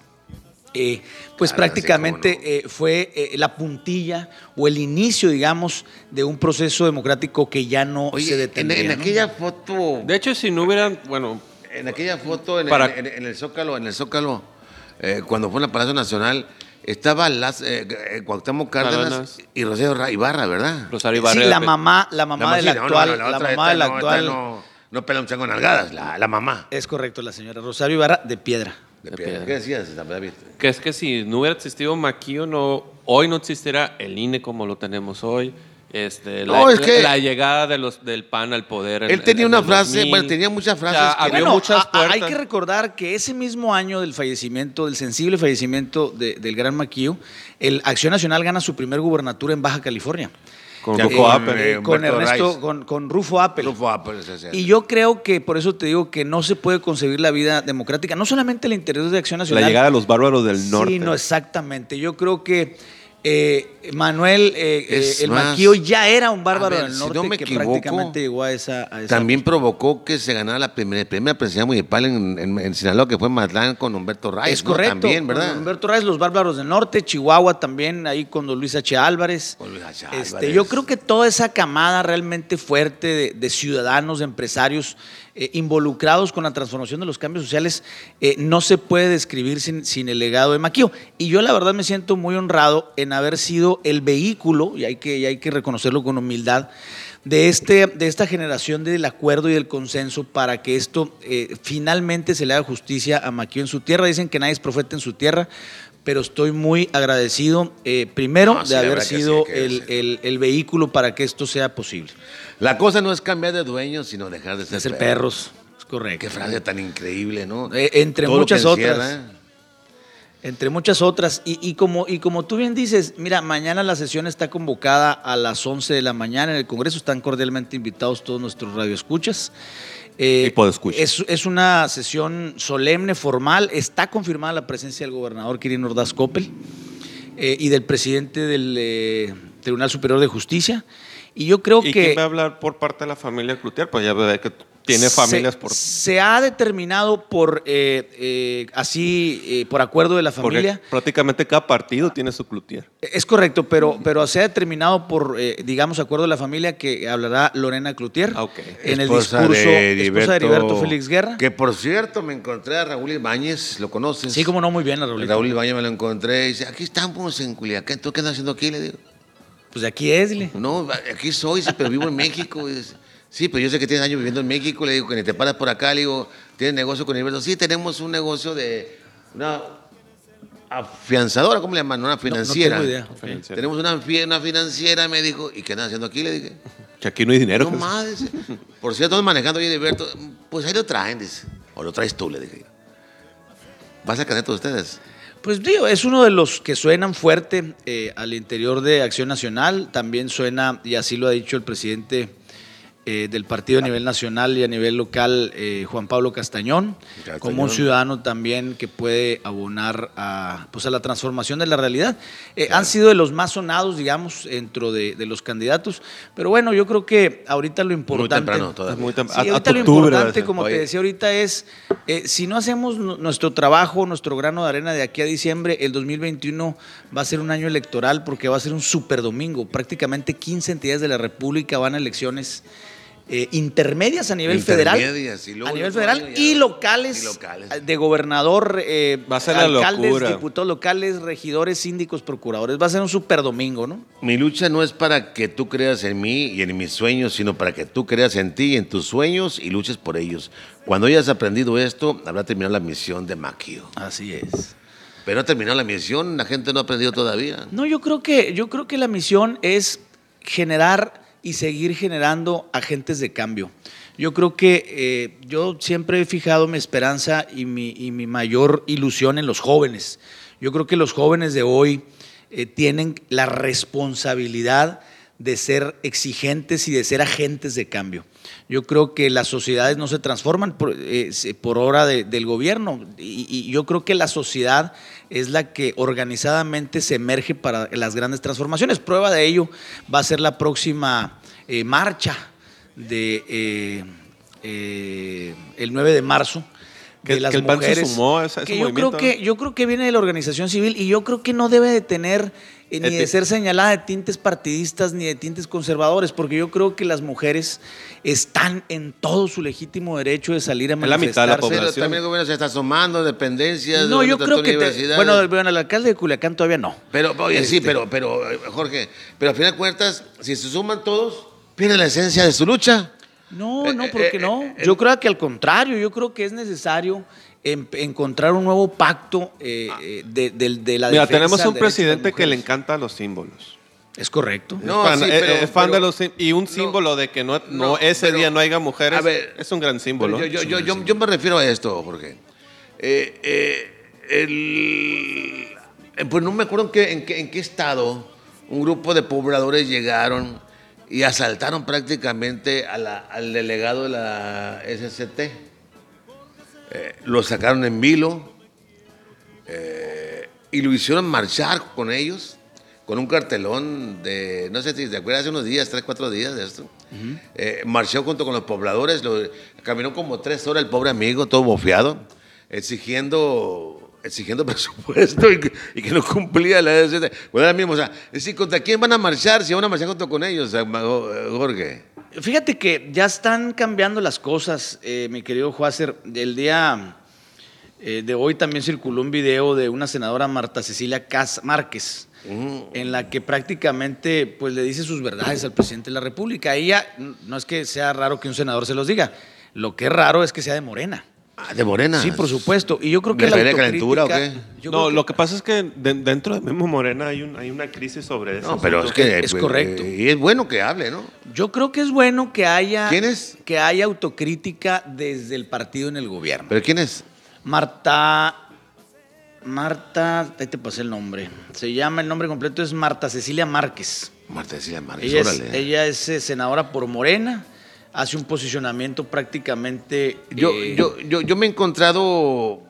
E: Eh, pues
B: Claro,
E: prácticamente
B: sí, cómo no.
E: eh, fue eh, la puntilla o el inicio, digamos, de un proceso democrático que ya no se
B: Oye, en,
E: detendría.
B: en
E: ¿no?
B: aquella foto,
C: De hecho, si no hubieran, bueno,
B: en aquella foto, en,
C: Para-
B: en- en- en el Zócalo, en el Zócalo, eh, cuando fue en el Palacio Nacional, estaba las, eh, eh, Cuauhtémoc Cárdenas
C: Cárdenas.
B: y Rocío Ra- Ibarra, ¿verdad?
C: Rosario
E: Sí,
C: Ibarra.
E: la mamá, la mamá del
B: sí, no,
E: actual,
B: no, no,
E: la
B: otra,
E: mamá
B: esta
E: del
B: no, esta
E: actual,
B: no, no pela un chango en nalgadas, la, la mamá.
E: es correcto, la señora Rosario Ibarra de Piedra.
B: De
C: De
B: piedra.
C: piedra.
B: ¿Qué decías, David?
C: Que es que si no hubiera existido Maquio, no, hoy no existiera el I N E como lo tenemos hoy. Este,
B: No,
C: la,
B: es que-
C: la llegada de los, del P A N al poder. en-
B: Él tenía
C: en
B: una
C: el
B: frase,
C: dos mil.
B: bueno, tenía muchas frases que-
C: abrió
E: Bueno,
C: muchas
E: a- a-
C: puertas.
E: hay que recordar que ese mismo año del fallecimiento, del sensible fallecimiento de- del gran Maquio, el Acción Nacional gana su primer gubernatura en Baja California.
C: Con
B: Ya
C: Rufo
B: con,
C: Appel.
B: eh,
E: Eh, con
B: Humberto
E: Ernesto,
B: Rice.
E: con, con Rufo Appel.
B: Rufo Appel, ese, ese.
E: Y yo creo que por eso te digo que no se puede concebir la vida democrática, no solamente el interior de Acción Nacional.
F: La llegada de los bárbaros del norte.
E: Sí, no, exactamente. Yo creo que eh, Manuel, eh,
B: Es
E: eh, el
B: más,
E: Maquio ya era un bárbaro
B: a ver,
E: del
B: si
E: norte
B: no me
E: que
B: equivoco,
E: prácticamente llegó a esa... a esa-
B: También provocó que se ganara la primera, primera presidencia municipal en, en, en Sinaloa, que fue Matlán con Humberto Rice.
E: Es
B: ¿no?
E: correcto.
B: También, ¿verdad?
E: Con Humberto Reyes, los bárbaros del norte, Chihuahua también, ahí con don Luis H. Álvarez.
B: Con Luis H.
E: Este,
B: Álvarez.
E: yo creo que toda esa camada realmente fuerte de, de ciudadanos, de empresarios eh, involucrados con la transformación de los cambios sociales, eh, no se puede describir sin, sin el legado de Maquio. Y yo la verdad me siento muy honrado en haber sido el vehículo, y hay que, y hay que reconocerlo con humildad, de, este, de esta generación del acuerdo y del consenso para que esto eh, finalmente se le haga justicia a Maquio en su tierra. Dicen que nadie es profeta en su tierra, pero estoy muy agradecido, eh, primero,
B: No, sí,
E: de
B: la
E: haber
B: verdad que sí,
E: sido
B: hay que
E: el,
B: decirlo.
E: el- el vehículo para que esto sea posible.
B: La cosa no es cambiar de dueño, sino dejar de ser,
E: De ser
B: perro.
E: perros, es correcto.
B: Qué frase tan increíble, ¿no?
E: Eh, entre
B: Todo lo que
E: muchas otras.
B: encierra.
E: Entre muchas otras. Y, y como, y como tú bien dices, mira, mañana la sesión está convocada a las once de la mañana en el Congreso. Están cordialmente invitados todos nuestros radioescuchas. Eh,
F: Y podescuchas.
E: es, es una sesión solemne, formal. Está confirmada la presencia del gobernador Quirino Ordaz Coppel eh, y del presidente del eh, Tribunal Superior de Justicia. Y yo creo
C: ¿Y
E: que...
C: quién va a hablar por parte de la familia Cloutier? Pues ya ve que tiene familias
E: se,
C: por...
E: Se ha determinado por eh, eh, así eh, por acuerdo de la
C: Porque
E: familia.
C: prácticamente cada partido tiene su Cloutier.
E: Es correcto, pero, pero se ha determinado por, eh, digamos, acuerdo de la familia que hablará Lorena Cloutier
C: Ah, ok.
E: en el
B: Esposa
E: discurso,
B: de
E: esposa de Heriberto Félix Guerra.
B: Que por cierto, me encontré a Raúl Ibáñez, ¿lo conoces?
E: Sí, como no, muy bien, a Raulito.
B: Raúl Ibáñez me lo encontré y dice, aquí estamos en Culiacán, ¿tú qué andas haciendo aquí? Le digo,
E: Pues de aquí es, dile.
B: no, aquí soy, sí, pero vivo en México. Y dice, sí, pero yo sé que tienes años viviendo en México. Le digo, que ni te paras por acá. Le digo, ¿tienes negocio con Heriberto? Sí, tenemos un negocio de una afianzadora, ¿cómo le llaman? Una financiera.
E: tengo idea.
C: Financiera.
B: Tenemos una, fi- una financiera, me dijo. ¿Y qué andas haciendo aquí? Le dije.
F: Que aquí no hay dinero.
B: No más, dice. Por cierto, estamos manejando hoy Heriberto. Pues ahí lo traen, dice. O lo traes tú, le dije. ¿Vas a caneto ustedes?
E: Pues digo, es uno de los que suenan fuerte eh, al interior de Acción Nacional. También suena, y así lo ha dicho el presidente eh, del partido a nivel nacional y a nivel local, eh, Juan Pablo Castañón,
B: Castañón.
E: como un ciudadano también que puede abonar a, pues a la transformación de la realidad. Eh, Han sido de los más sonados, digamos, dentro de, de los candidatos. Pero bueno, yo creo que ahorita lo importante...
B: Muy temprano todavía.
C: Muy tem-
E: Sí,
C: a- a
E: ahorita lo
F: octubre,
E: importante,
F: va a ser.
E: como te
B: Oye.
E: decía ahorita, es eh, si no hacemos nu- nuestro trabajo, nuestro grano de arena de aquí a diciembre, el dos mil veintiuno va a ser un año electoral porque va a ser un super domingo. Prácticamente quince entidades de la República van a elecciones eh, intermedias a nivel federal,
B: Intermedias, y luego
E: a nivel
B: el otro
E: federal
B: año ya-
E: y locales,
B: y locales.
E: de gobernador, eh,
C: Va a ser la
E: alcaldes,
C: locura.
E: diputados locales, regidores, síndicos, procuradores. Va a ser un super domingo, ¿no?
B: Mi lucha no es para que tú creas en mí y en mis sueños, sino para que tú creas en ti y en tus sueños y luches por ellos. Cuando hayas aprendido esto, habrá terminado la misión de Maquio.
E: Así es.
B: Pero ha terminado la misión, la gente no ha aprendido todavía.
E: No, yo creo que, yo creo que la misión es generar y seguir generando agentes de cambio. Yo creo que eh, yo siempre he fijado mi esperanza y mi, y mi mayor ilusión en los jóvenes. Yo creo que los jóvenes de hoy eh, tienen la responsabilidad de ser exigentes y de ser agentes de cambio. Yo creo que las sociedades no se transforman por, eh, por obra de, del gobierno y, y yo creo que la sociedad es la que organizadamente se emerge para las grandes transformaciones. Prueba de ello va a ser la próxima eh, marcha de eh, eh, el nueve de marzo.
C: Que,
E: de las
C: que el P A N se
E: mujeres,
C: sumó a ese, a ese
E: que yo
C: movimiento.
E: creo que yo creo que viene de la organización civil y yo creo que no debe de tener eh, ni de ser señalada de tintes partidistas ni de tintes conservadores, porque yo creo que las mujeres están en todo su legítimo derecho de salir a
C: Es la mitad de la
E: manifestarse.
C: población.
B: Pero también el gobierno se está sumando, dependencias.
E: No,
B: de
E: yo
B: otras
E: creo que te,
B: universidades.
E: bueno, bueno, el alcalde de Culiacán todavía no.
B: Pero, oye, sí,
E: Este.
B: pero, pero, eh, Jorge, pero al final de cuentas, si se suman todos, pierde la esencia de su lucha.
E: No, no,
B: Eh,
E: ¿por
B: eh,
E: qué no?
B: eh,
E: Yo creo que al contrario, yo creo que es necesario em- encontrar un nuevo pacto eh, eh, de, de- de la
C: Mira,
E: defensa
C: tenemos
E: del
C: un
E: derecho de las
C: presidente que le
E: mujeres.
C: encanta los símbolos.
E: Es correcto.
B: No,
C: es fan,
B: sí,
C: es-
B: pero-
C: es fan
B: pero-
C: de los sim- y un
B: no,
C: símbolo de que no, no,
B: no,
C: ese
B: pero-
C: día no haya mujeres
B: a ver,
C: es un gran símbolo.
B: Yo, yo, yo, yo, yo me refiero a esto, Jorge. Eh, eh, el- eh, pues no me acuerdo en qué, en, qué, en qué estado un grupo de pobladores llegaron y asaltaron prácticamente a la- al delegado de la S C T. Eh, lo sacaron en vilo eh, y lo hicieron marchar con ellos, con un cartelón de, no sé si te acuerdas, hace unos días, tres, cuatro días de esto. Eh, marchó junto con los pobladores, lo- caminó como tres horas el pobre amigo, todo bofeado, exigiendo exigiendo presupuesto y que, y que no cumplía la S C T. Bueno, ahora mismo, o sea, es decir, ¿contra quién van a marchar si van a marchar junto con ellos, eh, Jorge?
E: Fíjate que ya están cambiando las cosas, eh, mi querido Juácer. El día eh, de hoy también circuló un video de una senadora, Marta Cecilia Cas Márquez, en la que prácticamente pues, le dice sus verdades al presidente de la República. Ella, no es que sea raro que un senador se los diga, lo que es raro es que sea de Morena.
B: Ah, de Morena.
E: Sí, por supuesto. Y yo creo que
B: ¿De
E: la
B: pelea de calentura o
E: autocrítica-
B: qué?
E: yo
C: No,
E: creo
C: lo que pasa es que de- dentro de mismo Morena hay, un, hay una crisis sobre eso.
B: No, pero es que
E: Es
B: pues,
E: correcto.
B: eh, y es bueno que hable, ¿no?
E: Yo creo que es bueno que haya,
B: ¿Quién es?
E: que haya autocrítica desde el partido en el gobierno.
B: ¿Pero quién es?
E: Marta, Marta, ahí te pasé el nombre. Se llama, el nombre completo es Marta Cecilia Márquez.
B: Marta Cecilia Márquez,
E: Ella es,
B: órale.
E: ella es eh, senadora por Morena, hace un posicionamiento prácticamente...
B: Yo,
E: eh,
B: yo, yo, yo me he encontrado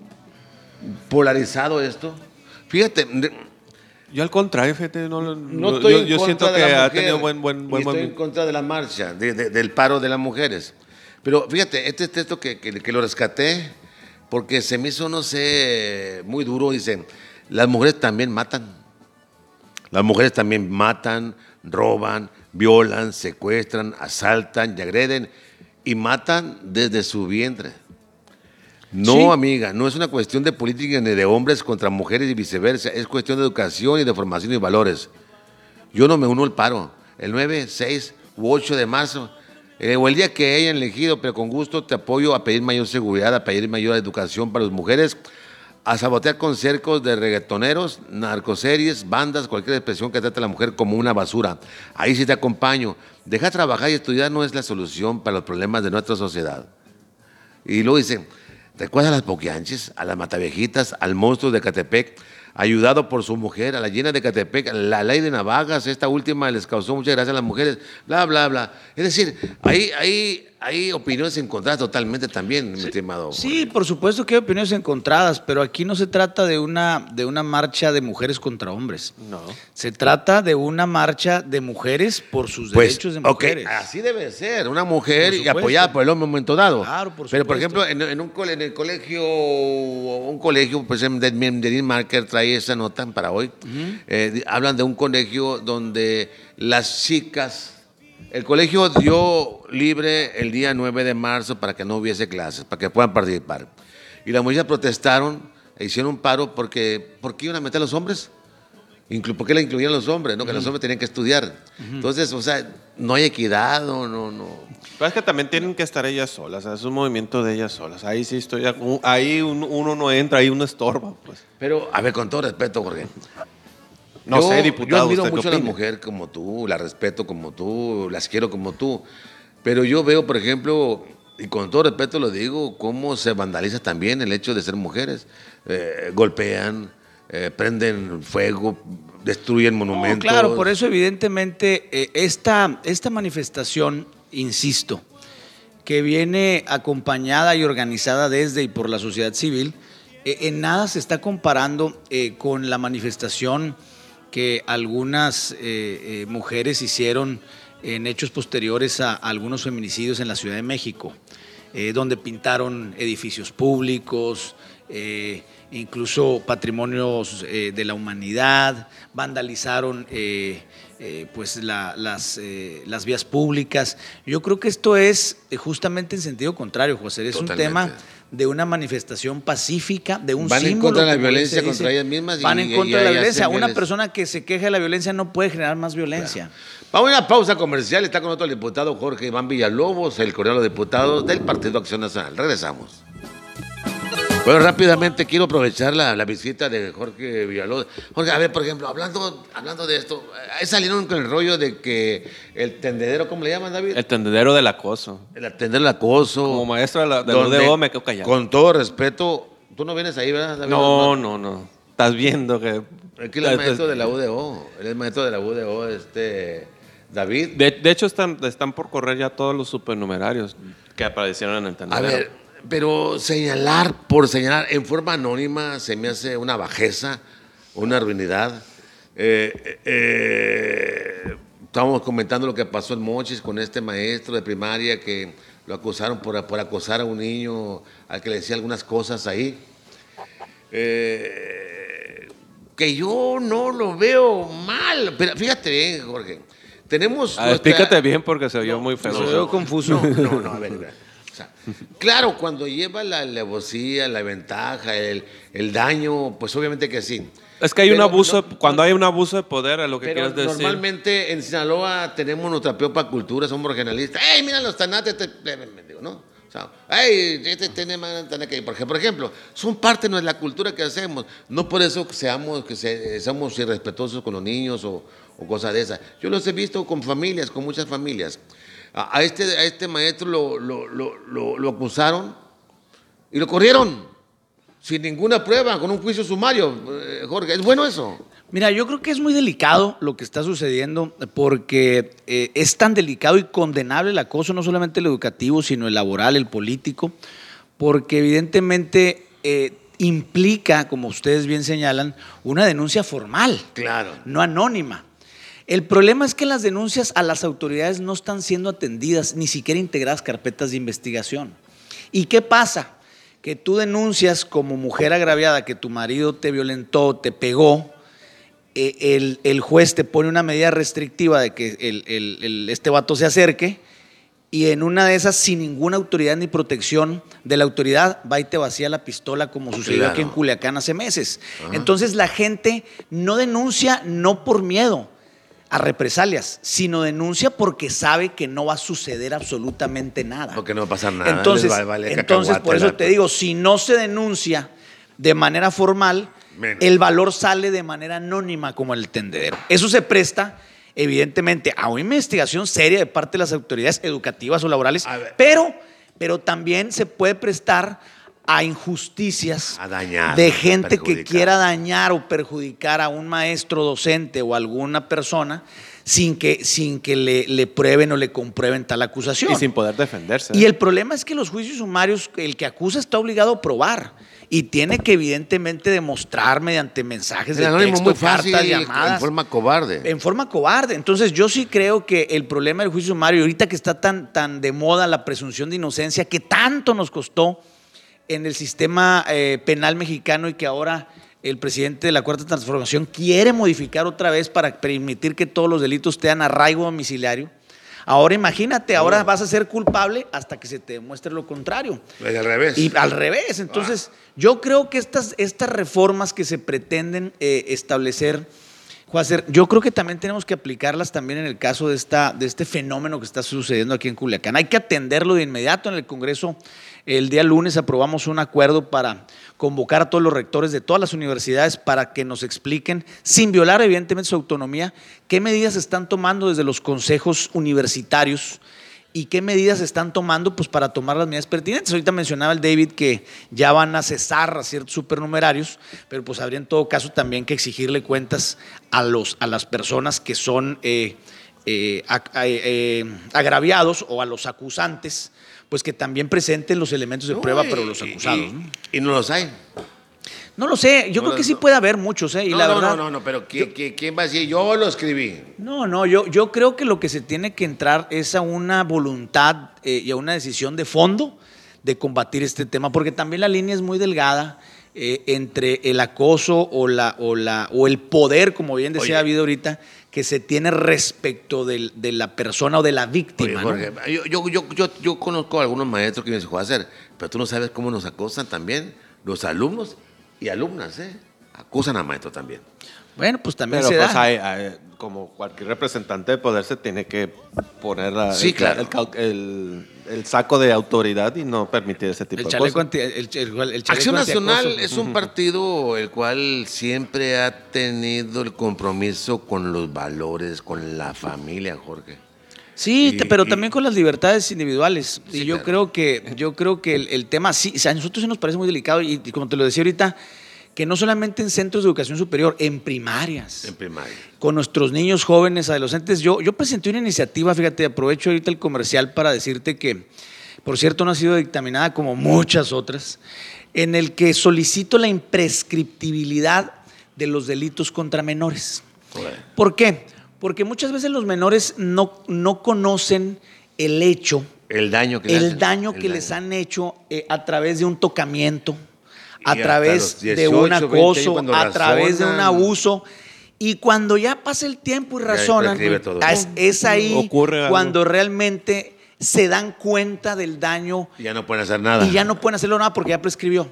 B: polarizado esto. Fíjate, de-
C: Yo al contrario, fíjate, no,
B: no
C: no-
B: estoy
C: yo,
B: en
C: yo
B: contra
C: siento
B: de
C: que
B: la
C: ha
B: mujer,
C: tenido buen, buen, buen
B: y estoy en
C: movimiento.
B: contra de la marcha, de- de- del paro de las mujeres. Pero fíjate, este texto que, que, que lo rescaté, porque se me hizo, no sé, muy duro, dicen, las mujeres también matan. Las mujeres también matan, roban, violan, secuestran, asaltan y agreden y matan desde su vientre. No,
E: Sí.
B: amiga, no es una cuestión de política ni de hombres contra mujeres y viceversa, es cuestión de educación y de formación y valores. Yo no me uno al paro. El nueve, seis u ocho de marzo, eh, o el día que hayan elegido, pero con gusto te apoyo a pedir mayor seguridad, a pedir mayor educación para las mujeres, a sabotear con cercos de reggaetoneros, narcoseries, bandas, cualquier expresión que trate a la mujer como una basura. Ahí sí te acompaño. Dejar trabajar y estudiar no es la solución para los problemas de nuestra sociedad. Y luego dicen, ¿recuerdas a las poquianches, a las matavejitas, al monstruo de Catepec, ayudado por su mujer, a la llena de Catepec, la ley de navajas, esta última les causó muchas gracias a las mujeres, bla, bla, bla? Es decir, hay, hay, hay opiniones encontradas totalmente también, mi estimado.
E: Sí, por supuesto que hay opiniones encontradas, pero aquí no se trata de una, de una marcha de mujeres contra hombres.
C: No.
E: Se trata de una marcha de mujeres por sus
B: Pues,
E: derechos de
B: ok,
E: mujeres.
B: así debe ser, una mujer
E: Por
B: y
E: supuesto.
B: apoyada por el hombre en un momento dado.
E: Claro, por
B: Pero, por
E: supuesto.
B: ejemplo, en, en un cole- en el colegio, un colegio, pues, de Dean Marker trae esa nota para hoy. Eh, di- hablan de un colegio donde las chicas, el colegio dio libre el día nueve de marzo para que no hubiese clases, para que puedan participar. Y las mujeres protestaron e hicieron un paro porque, ¿por qué iban a meter a los hombres? Inclu- ¿Por qué la incluían los hombres? ¿No? Que los hombres tenían que estudiar. Entonces, o sea, no hay equidad, no, no, no.
C: Pero es que también tienen que estar ellas solas, o sea, es un movimiento de ellas solas. Ahí sí estoy, ahí un- uno no entra, ahí uno estorba, pues.
B: Pero, a ver, con todo respeto, Jorge.
C: No
B: yo,
C: sé, diputado,
B: Yo admiro
C: ¿usted qué
B: mucho a la
C: opina?
B: mujer como tú, la respeto como tú, las quiero como tú. Pero yo veo, por ejemplo, y con todo respeto lo digo, cómo se vandaliza también el hecho de ser mujeres. Eh, golpean, eh, prenden fuego, destruyen
E: No,
B: monumentos.
E: claro, por eso evidentemente eh, esta, esta manifestación, insisto, que viene acompañada y organizada desde y por la sociedad civil, eh, en nada se está comparando eh, con la manifestación que algunas eh, eh, mujeres hicieron en hechos posteriores a, a algunos feminicidios en la Ciudad de México, eh, donde pintaron edificios públicos, eh, incluso patrimonios eh, de la humanidad, vandalizaron eh, eh, pues la, las, eh, las vías públicas. Yo creo que esto es eh, justamente en sentido contrario, José. Es
B: Totalmente.
E: un tema de una manifestación pacífica, de un
B: Van en
E: símbolo.
B: contra de la
E: como
B: violencia
E: se dice.
B: contra ellas mismas y-
E: Van en
B: y-
E: contra
B: y-
E: de la
B: y
E: violencia.
B: hacen
E: Una
B: les-
E: persona que se queja de la violencia no puede generar más violencia.
B: Vamos a una pausa comercial. Está con nosotros el diputado Jorge Iván Villalobos, el coordinador de diputados del Partido Acción Nacional. Regresamos. Bueno, rápidamente quiero aprovechar la, la visita de Jorge Villalobos. Jorge, a ver, por ejemplo, hablando, hablando de esto, ahí salieron con el rollo de que el tendedero, ¿cómo le llaman, David?
C: El tendedero del acoso.
B: El atender el acoso.
C: Como maestro de la, de la
B: donde,
C: U D O me quedo callado.
B: Con todo respeto, tú no vienes ahí, ¿verdad, David?
C: No, no, no. Estás viendo que...
B: Es que él es maestro de la U D O. Él es maestro de la U D O, este, David.
C: De, de hecho, están, están por correr ya todos los supernumerarios que aparecieron en el
B: A
C: tendedero.
B: ver, pero señalar por señalar en forma anónima se me hace una bajeza, una ruinidad. Eh, eh, estábamos comentando lo que pasó en Mochis con este maestro de primaria que lo acusaron por, por acosar a un niño al que le decía algunas cosas ahí. Eh, que yo no lo veo mal, pero fíjate bien, Jorge. Tenemos.
C: Ah,
B: nuestra-
C: explícate bien porque se oyó muy feo.
E: Se oyó confuso.
B: No, no, no, a ver, a ver. O sea, claro, cuando lleva la alevosía, la ventaja, el, el daño, pues obviamente que sí.
C: Es que hay un
B: Pero
C: abuso,
B: no-
C: cuando hay un abuso de poder, es lo que
B: Pero
C: quieres decir.
B: normalmente en Sinaloa tenemos nuestra propia cultura, somos regionalistas. ¡Ey, mira los tanates! Te, te- me digo, ¿no? O sea, ¡ey, este tiene más tana que-". Por ejemplo, por ejemplo, son parte de nuestra cultura que hacemos. No por eso que seamos, que se- seamos irrespetuosos con los niños o, o cosas de esas. Yo los he visto con familias, con muchas familias. A, a este, a este maestro lo, lo, lo, lo, lo acusaron y lo corrieron sin ninguna prueba, con un juicio sumario. Eh, Jorge, ¿es bueno eso?
E: Mira, yo creo que es muy delicado lo que está sucediendo porque eh, es tan delicado y condenable el acoso, no solamente el educativo, sino el laboral, el político, porque evidentemente eh, implica, como ustedes bien señalan, una denuncia formal,
B: Claro.
E: no anónima. El problema es que las denuncias a las autoridades no están siendo atendidas, ni siquiera integradas carpetas de investigación. ¿Y qué pasa? Que tú denuncias como mujer agraviada que tu marido te violentó, te pegó, eh, el, el juez te pone una medida restrictiva de que el, el, el, este vato se acerque y en una de esas, sin ninguna autoridad ni protección de la autoridad, va y te vacía la pistola como sucedió
B: Claro.
E: aquí en Culiacán hace meses. Entonces la gente no denuncia no por miedo a represalias, sino denuncia porque sabe que no va a suceder absolutamente nada.
B: Porque no va a pasar nada.
E: Entonces,
B: les va a valer
E: entonces
B: cacahuate
E: por eso
B: la-
E: te digo, si no se denuncia de manera formal,
B: Menos.
E: el valor sale de manera anónima como el tendedero. Eso se presta, evidentemente, a una investigación seria de parte de las autoridades educativas o laborales,
B: A ver.
E: pero, pero también se puede prestar a injusticias
B: A dañar,
E: de gente que
B: perjudicar.
E: quiera dañar o perjudicar a un maestro, docente o alguna persona sin que, sin que le, le prueben o le comprueben tal acusación.
C: Y sin poder defenderse.
E: Y el problema es que los juicios sumarios, el que acusa está obligado a probar y tiene que evidentemente demostrar mediante mensajes
B: El
E: de
B: anónimo
E: texto,
B: muy fácil,
E: cartas, llamadas.
B: en forma cobarde.
E: En forma cobarde. Entonces yo sí creo que el problema del juicio sumario, ahorita que está tan, tan de moda la presunción de inocencia, que tanto nos costó en el sistema eh, penal mexicano y que ahora el presidente de la Cuarta Transformación quiere modificar otra vez para permitir que todos los delitos tengan arraigo domiciliario. Ahora imagínate, ahora vas a ser culpable hasta que se te demuestre lo contrario.
B: Es al revés.
E: Y al revés. Entonces, yo creo que estas, estas reformas que se pretenden eh, establecer, Juacer, yo creo que también tenemos que aplicarlas también en el caso de, esta, de este fenómeno que está sucediendo aquí en Culiacán. Hay que atenderlo de inmediato. En el Congreso, el día lunes aprobamos un acuerdo para convocar a todos los rectores de todas las universidades para que nos expliquen, sin violar evidentemente su autonomía, qué medidas están tomando desde los consejos universitarios y qué medidas se están tomando pues, para tomar las medidas pertinentes. Ahorita mencionaba el David que ya van a cesar a ciertos supernumerarios, pero pues habría en todo caso también que exigirle cuentas a, los, a las personas que son eh, eh, ag- eh, agraviados o a los acusantes, pues que también presenten los elementos de prueba,
B: No,
E: pero
B: y-
E: los acusados.
B: Y,
E: ¿no?
B: y no los hay.
E: No lo sé, yo
B: No,
E: creo que
B: no,
E: sí
B: no.
E: puede haber muchos, ¿eh? Y
B: no,
E: la
B: no,
E: verdad,
B: no, no, no, pero ¿quién, quién- quién va a decir? Yo lo escribí.
E: No, no, yo, yo creo que lo que se tiene que entrar es a una voluntad eh, y a una decisión de fondo de combatir este tema, porque también la línea es muy delgada eh, entre el acoso o, la, o, la, o el poder, como bien decía
B: Oye.
E: David ahorita, que se tiene respecto del- de la persona o de la
B: Oye,
E: víctima. ¿no?
B: Jorge, yo, yo, yo, yo, yo conozco a algunos maestros que me dicen, hacer, pero tú no sabes cómo nos acosan también los alumnos y alumnas, ¿eh? Acusan a maestros también.
E: Bueno, pues también
C: Pero
E: se
C: pues
E: da.
C: hay, hay- como cualquier representante de poder se tiene que poner la-
B: Sí,
C: el,
B: claro.
C: el cau- el- el saco de autoridad y no permitir ese tipo
E: El
C: de
E: chaleco
C: cosas.
E: anti, el, el- el chaleco
B: Acción Nacional
E: antiacoso.
B: es un partido el cual siempre ha tenido el compromiso con los valores, con la familia, Jorge.
E: Sí,
B: Y-
E: te- pero
B: y-
E: también con las libertades individuales.
B: Sí,
E: y yo
B: claro.
E: creo que, yo creo que el, el tema sí, o sea, a nosotros sí nos parece muy delicado, y, y como te lo decía ahorita, que no solamente en centros de educación superior, en primarias,
B: En primaria.
E: con nuestros niños, jóvenes, adolescentes. Yo, yo presenté una iniciativa, fíjate, aprovecho ahorita el comercial para decirte que, por cierto, no ha sido dictaminada como muchas otras, en el que solicito la imprescriptibilidad de los delitos contra menores. ¿Por qué? Porque muchas veces los menores no, no conocen el hecho,
B: El daño que le
E: el
B: hacen.
E: daño
B: El
E: que les han hecho eh, a través de un tocamiento, a
B: Y hasta
E: través
B: los
E: de
B: dieciocho,
E: un
B: veinte años
E: acoso,
B: cuando
E: a través de un
B: razonan.
E: abuso. Y cuando ya pasa el tiempo y
B: Ya
E: razonan,
B: prescribe todo.
E: es, es ahí
C: Ocurre algo.
E: cuando realmente se dan cuenta del daño
B: Y ya no pueden hacer nada.
E: y ya no pueden hacerlo nada porque ya prescribió.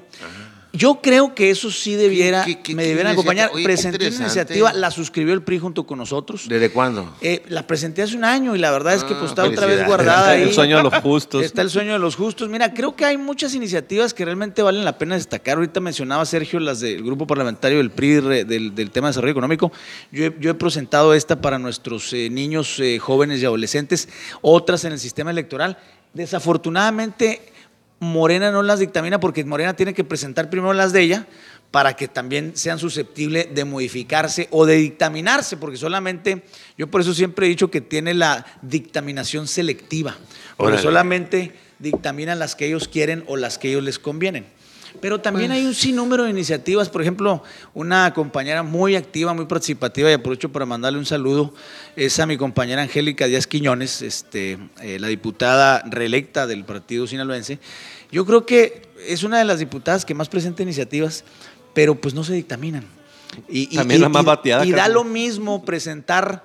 E: Yo creo que eso sí debiera,
B: ¿Qué- qué-
E: me
B: qué
E: debieran
B: iniciativa?
E: acompañar.
B: Oye, qué
E: Presenté una
B: interesante.
E: iniciativa, la suscribió el P R I junto con nosotros.
B: ¿Desde cuándo?
E: Eh, la presenté hace un año y la verdad es que pues,
B: Ah,
E: está otra vez
B: felicidades.
E: guardada ahí.
C: El sueño de los justos.
E: Está el sueño de los justos. Mira, creo que hay muchas iniciativas que realmente valen la pena destacar. Ahorita mencionaba Sergio las del grupo parlamentario del P R I re- del, del tema de desarrollo económico. Yo he, yo he presentado esta para nuestros eh, niños, eh, jóvenes y adolescentes, otras en el sistema electoral. Desafortunadamente, Morena no las dictamina porque Morena tiene que presentar primero las de ella para que también sean susceptibles de modificarse o de dictaminarse, porque solamente, yo por eso siempre he dicho que tiene la dictaminación selectiva, porque
B: Órale.
E: solamente dictaminan las que ellos quieren o las que ellos les convienen. Pero también hay un sinnúmero de iniciativas, por ejemplo, una compañera muy activa, muy participativa, y aprovecho para mandarle un saludo, es a mi compañera Angélica Díaz Quiñones, este, eh, la diputada reelecta del partido sinaloense. Yo creo que es una de las diputadas que más presenta iniciativas, pero pues no se dictaminan. Y, y-
C: También
E: y-
C: la más
E: y-
C: bateada,
E: Y da
C: casi.
E: lo mismo presentar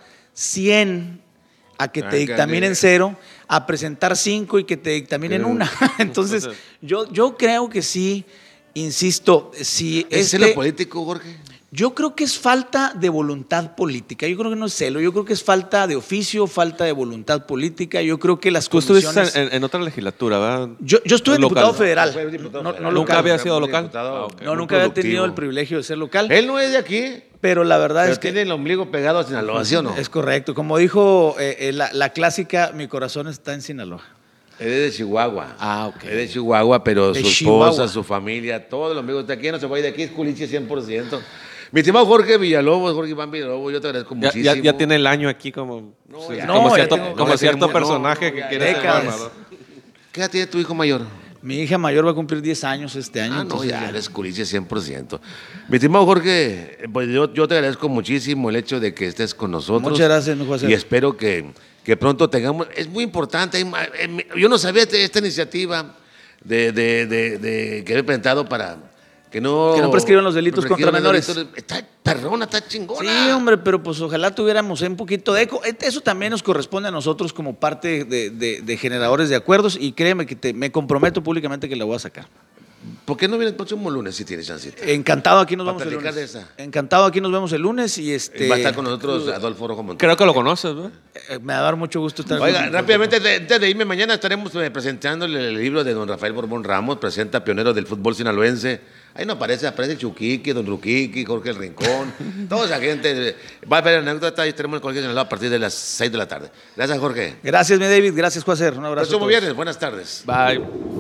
E: cien a que te
B: Ándale.
E: dictaminen cero, a presentar cinco y que te dictaminen
C: Pero-
E: una. Entonces, yo, yo creo que sí, insisto, si
B: ¿Es
E: este,
B: celo político, Jorge?
E: yo creo que es falta de voluntad política. Yo creo que no es celo, yo creo que es falta de oficio, falta de voluntad política. Yo creo que las
C: Tú estuviste
E: comisiones...
C: en, en otra legislatura, ¿verdad?
E: Yo, yo estuve
C: Local.
E: diputado federal.
B: Fue diputado
E: No,
B: federal.
E: no
C: ¿Nunca
E: local.
C: había sido local?
B: Diputado,
C: Ah, ok.
E: No,
B: muy
E: nunca había
B: productivo.
E: tenido el privilegio de ser local.
B: Él no es de aquí,
E: Pero la verdad
B: pero
E: es que...
B: tiene el ombligo pegado a Sinaloa, ¿sí o no?
E: Es correcto. Como dijo eh, eh, la, la clásica, mi corazón está en Sinaloa.
B: Él es de Chihuahua.
E: Ah, ok.
B: Es de Chihuahua, pero
E: De
B: su
E: Chihuahua.
B: esposa, su familia, todo el ombligo está aquí. No se va a ir de aquí, es culichi cien por ciento. Mi estimado Jorge Villalobos, Jorge Iván Villalobos, yo te agradezco
C: Ya,
B: muchísimo.
C: ya, ya tiene el año aquí como,
B: No,
C: sí,
B: ya.
C: como
E: No, ya
C: cierto,
E: tengo-
C: como
B: no, ya
C: cierto
B: tiene mu-
C: personaje
B: no,
C: que
B: ya-
C: quiere ser
E: décadas.
C: gobernador.
B: ¿Qué edad tiene tu hijo mayor?
E: Mi hija mayor va a cumplir diez años este año.
B: Ah, no,
E: entonces
B: ya eres culichi cien por ciento. Mi estimado Jorge, pues yo, yo te agradezco muchísimo el hecho de que estés con nosotros.
E: Muchas gracias, mi José.
B: Y espero que, que pronto tengamos. Es muy importante. hay ma- eh, Yo no sabía este- esta iniciativa de, de, de, de que he presentado para que no.
E: Que no prescriban los delitos
B: no
E: contra
B: prescriban los
E: menores.
B: delitos. Está perrona, está chingona.
E: Sí, hombre, pero pues ojalá tuviéramos un poquito de eco. Et- Eso también nos corresponde a nosotros como parte de, de- de generadores de acuerdos y créeme que te- me comprometo públicamente que la voy a sacar.
B: ¿Por qué no viene el próximo lunes si tienes chancita?
E: Encantado, aquí nos
B: Para
E: vemos el
B: platicar
E: lunes.
B: de esa.
E: Encantado, aquí nos vemos el lunes y este...
B: Va a estar con nosotros Adolfo Rojo Montoya.
C: Creo que lo conoces, ¿verdad?
E: eh, Me va a dar mucho gusto estar
B: Oiga,
E: con-
B: rápidamente, de- antes de irme, mañana estaremos eh, presentándole el libro de don Rafael Borbón Ramos, presenta pionero del fútbol sinaloense Ahí no aparece, aparece Chuquique, Don Ruquique, Jorge el Rincón, toda esa gente. Va a haber anécdota y tenemos el colegio de Sinaloa a partir de las seis de la tarde. Gracias, Jorge.
E: Gracias, mi David. Gracias, Juacer. Un abrazo.
B: Próximo
E: a todos.
B: viernes, buenas tardes.
E: Bye.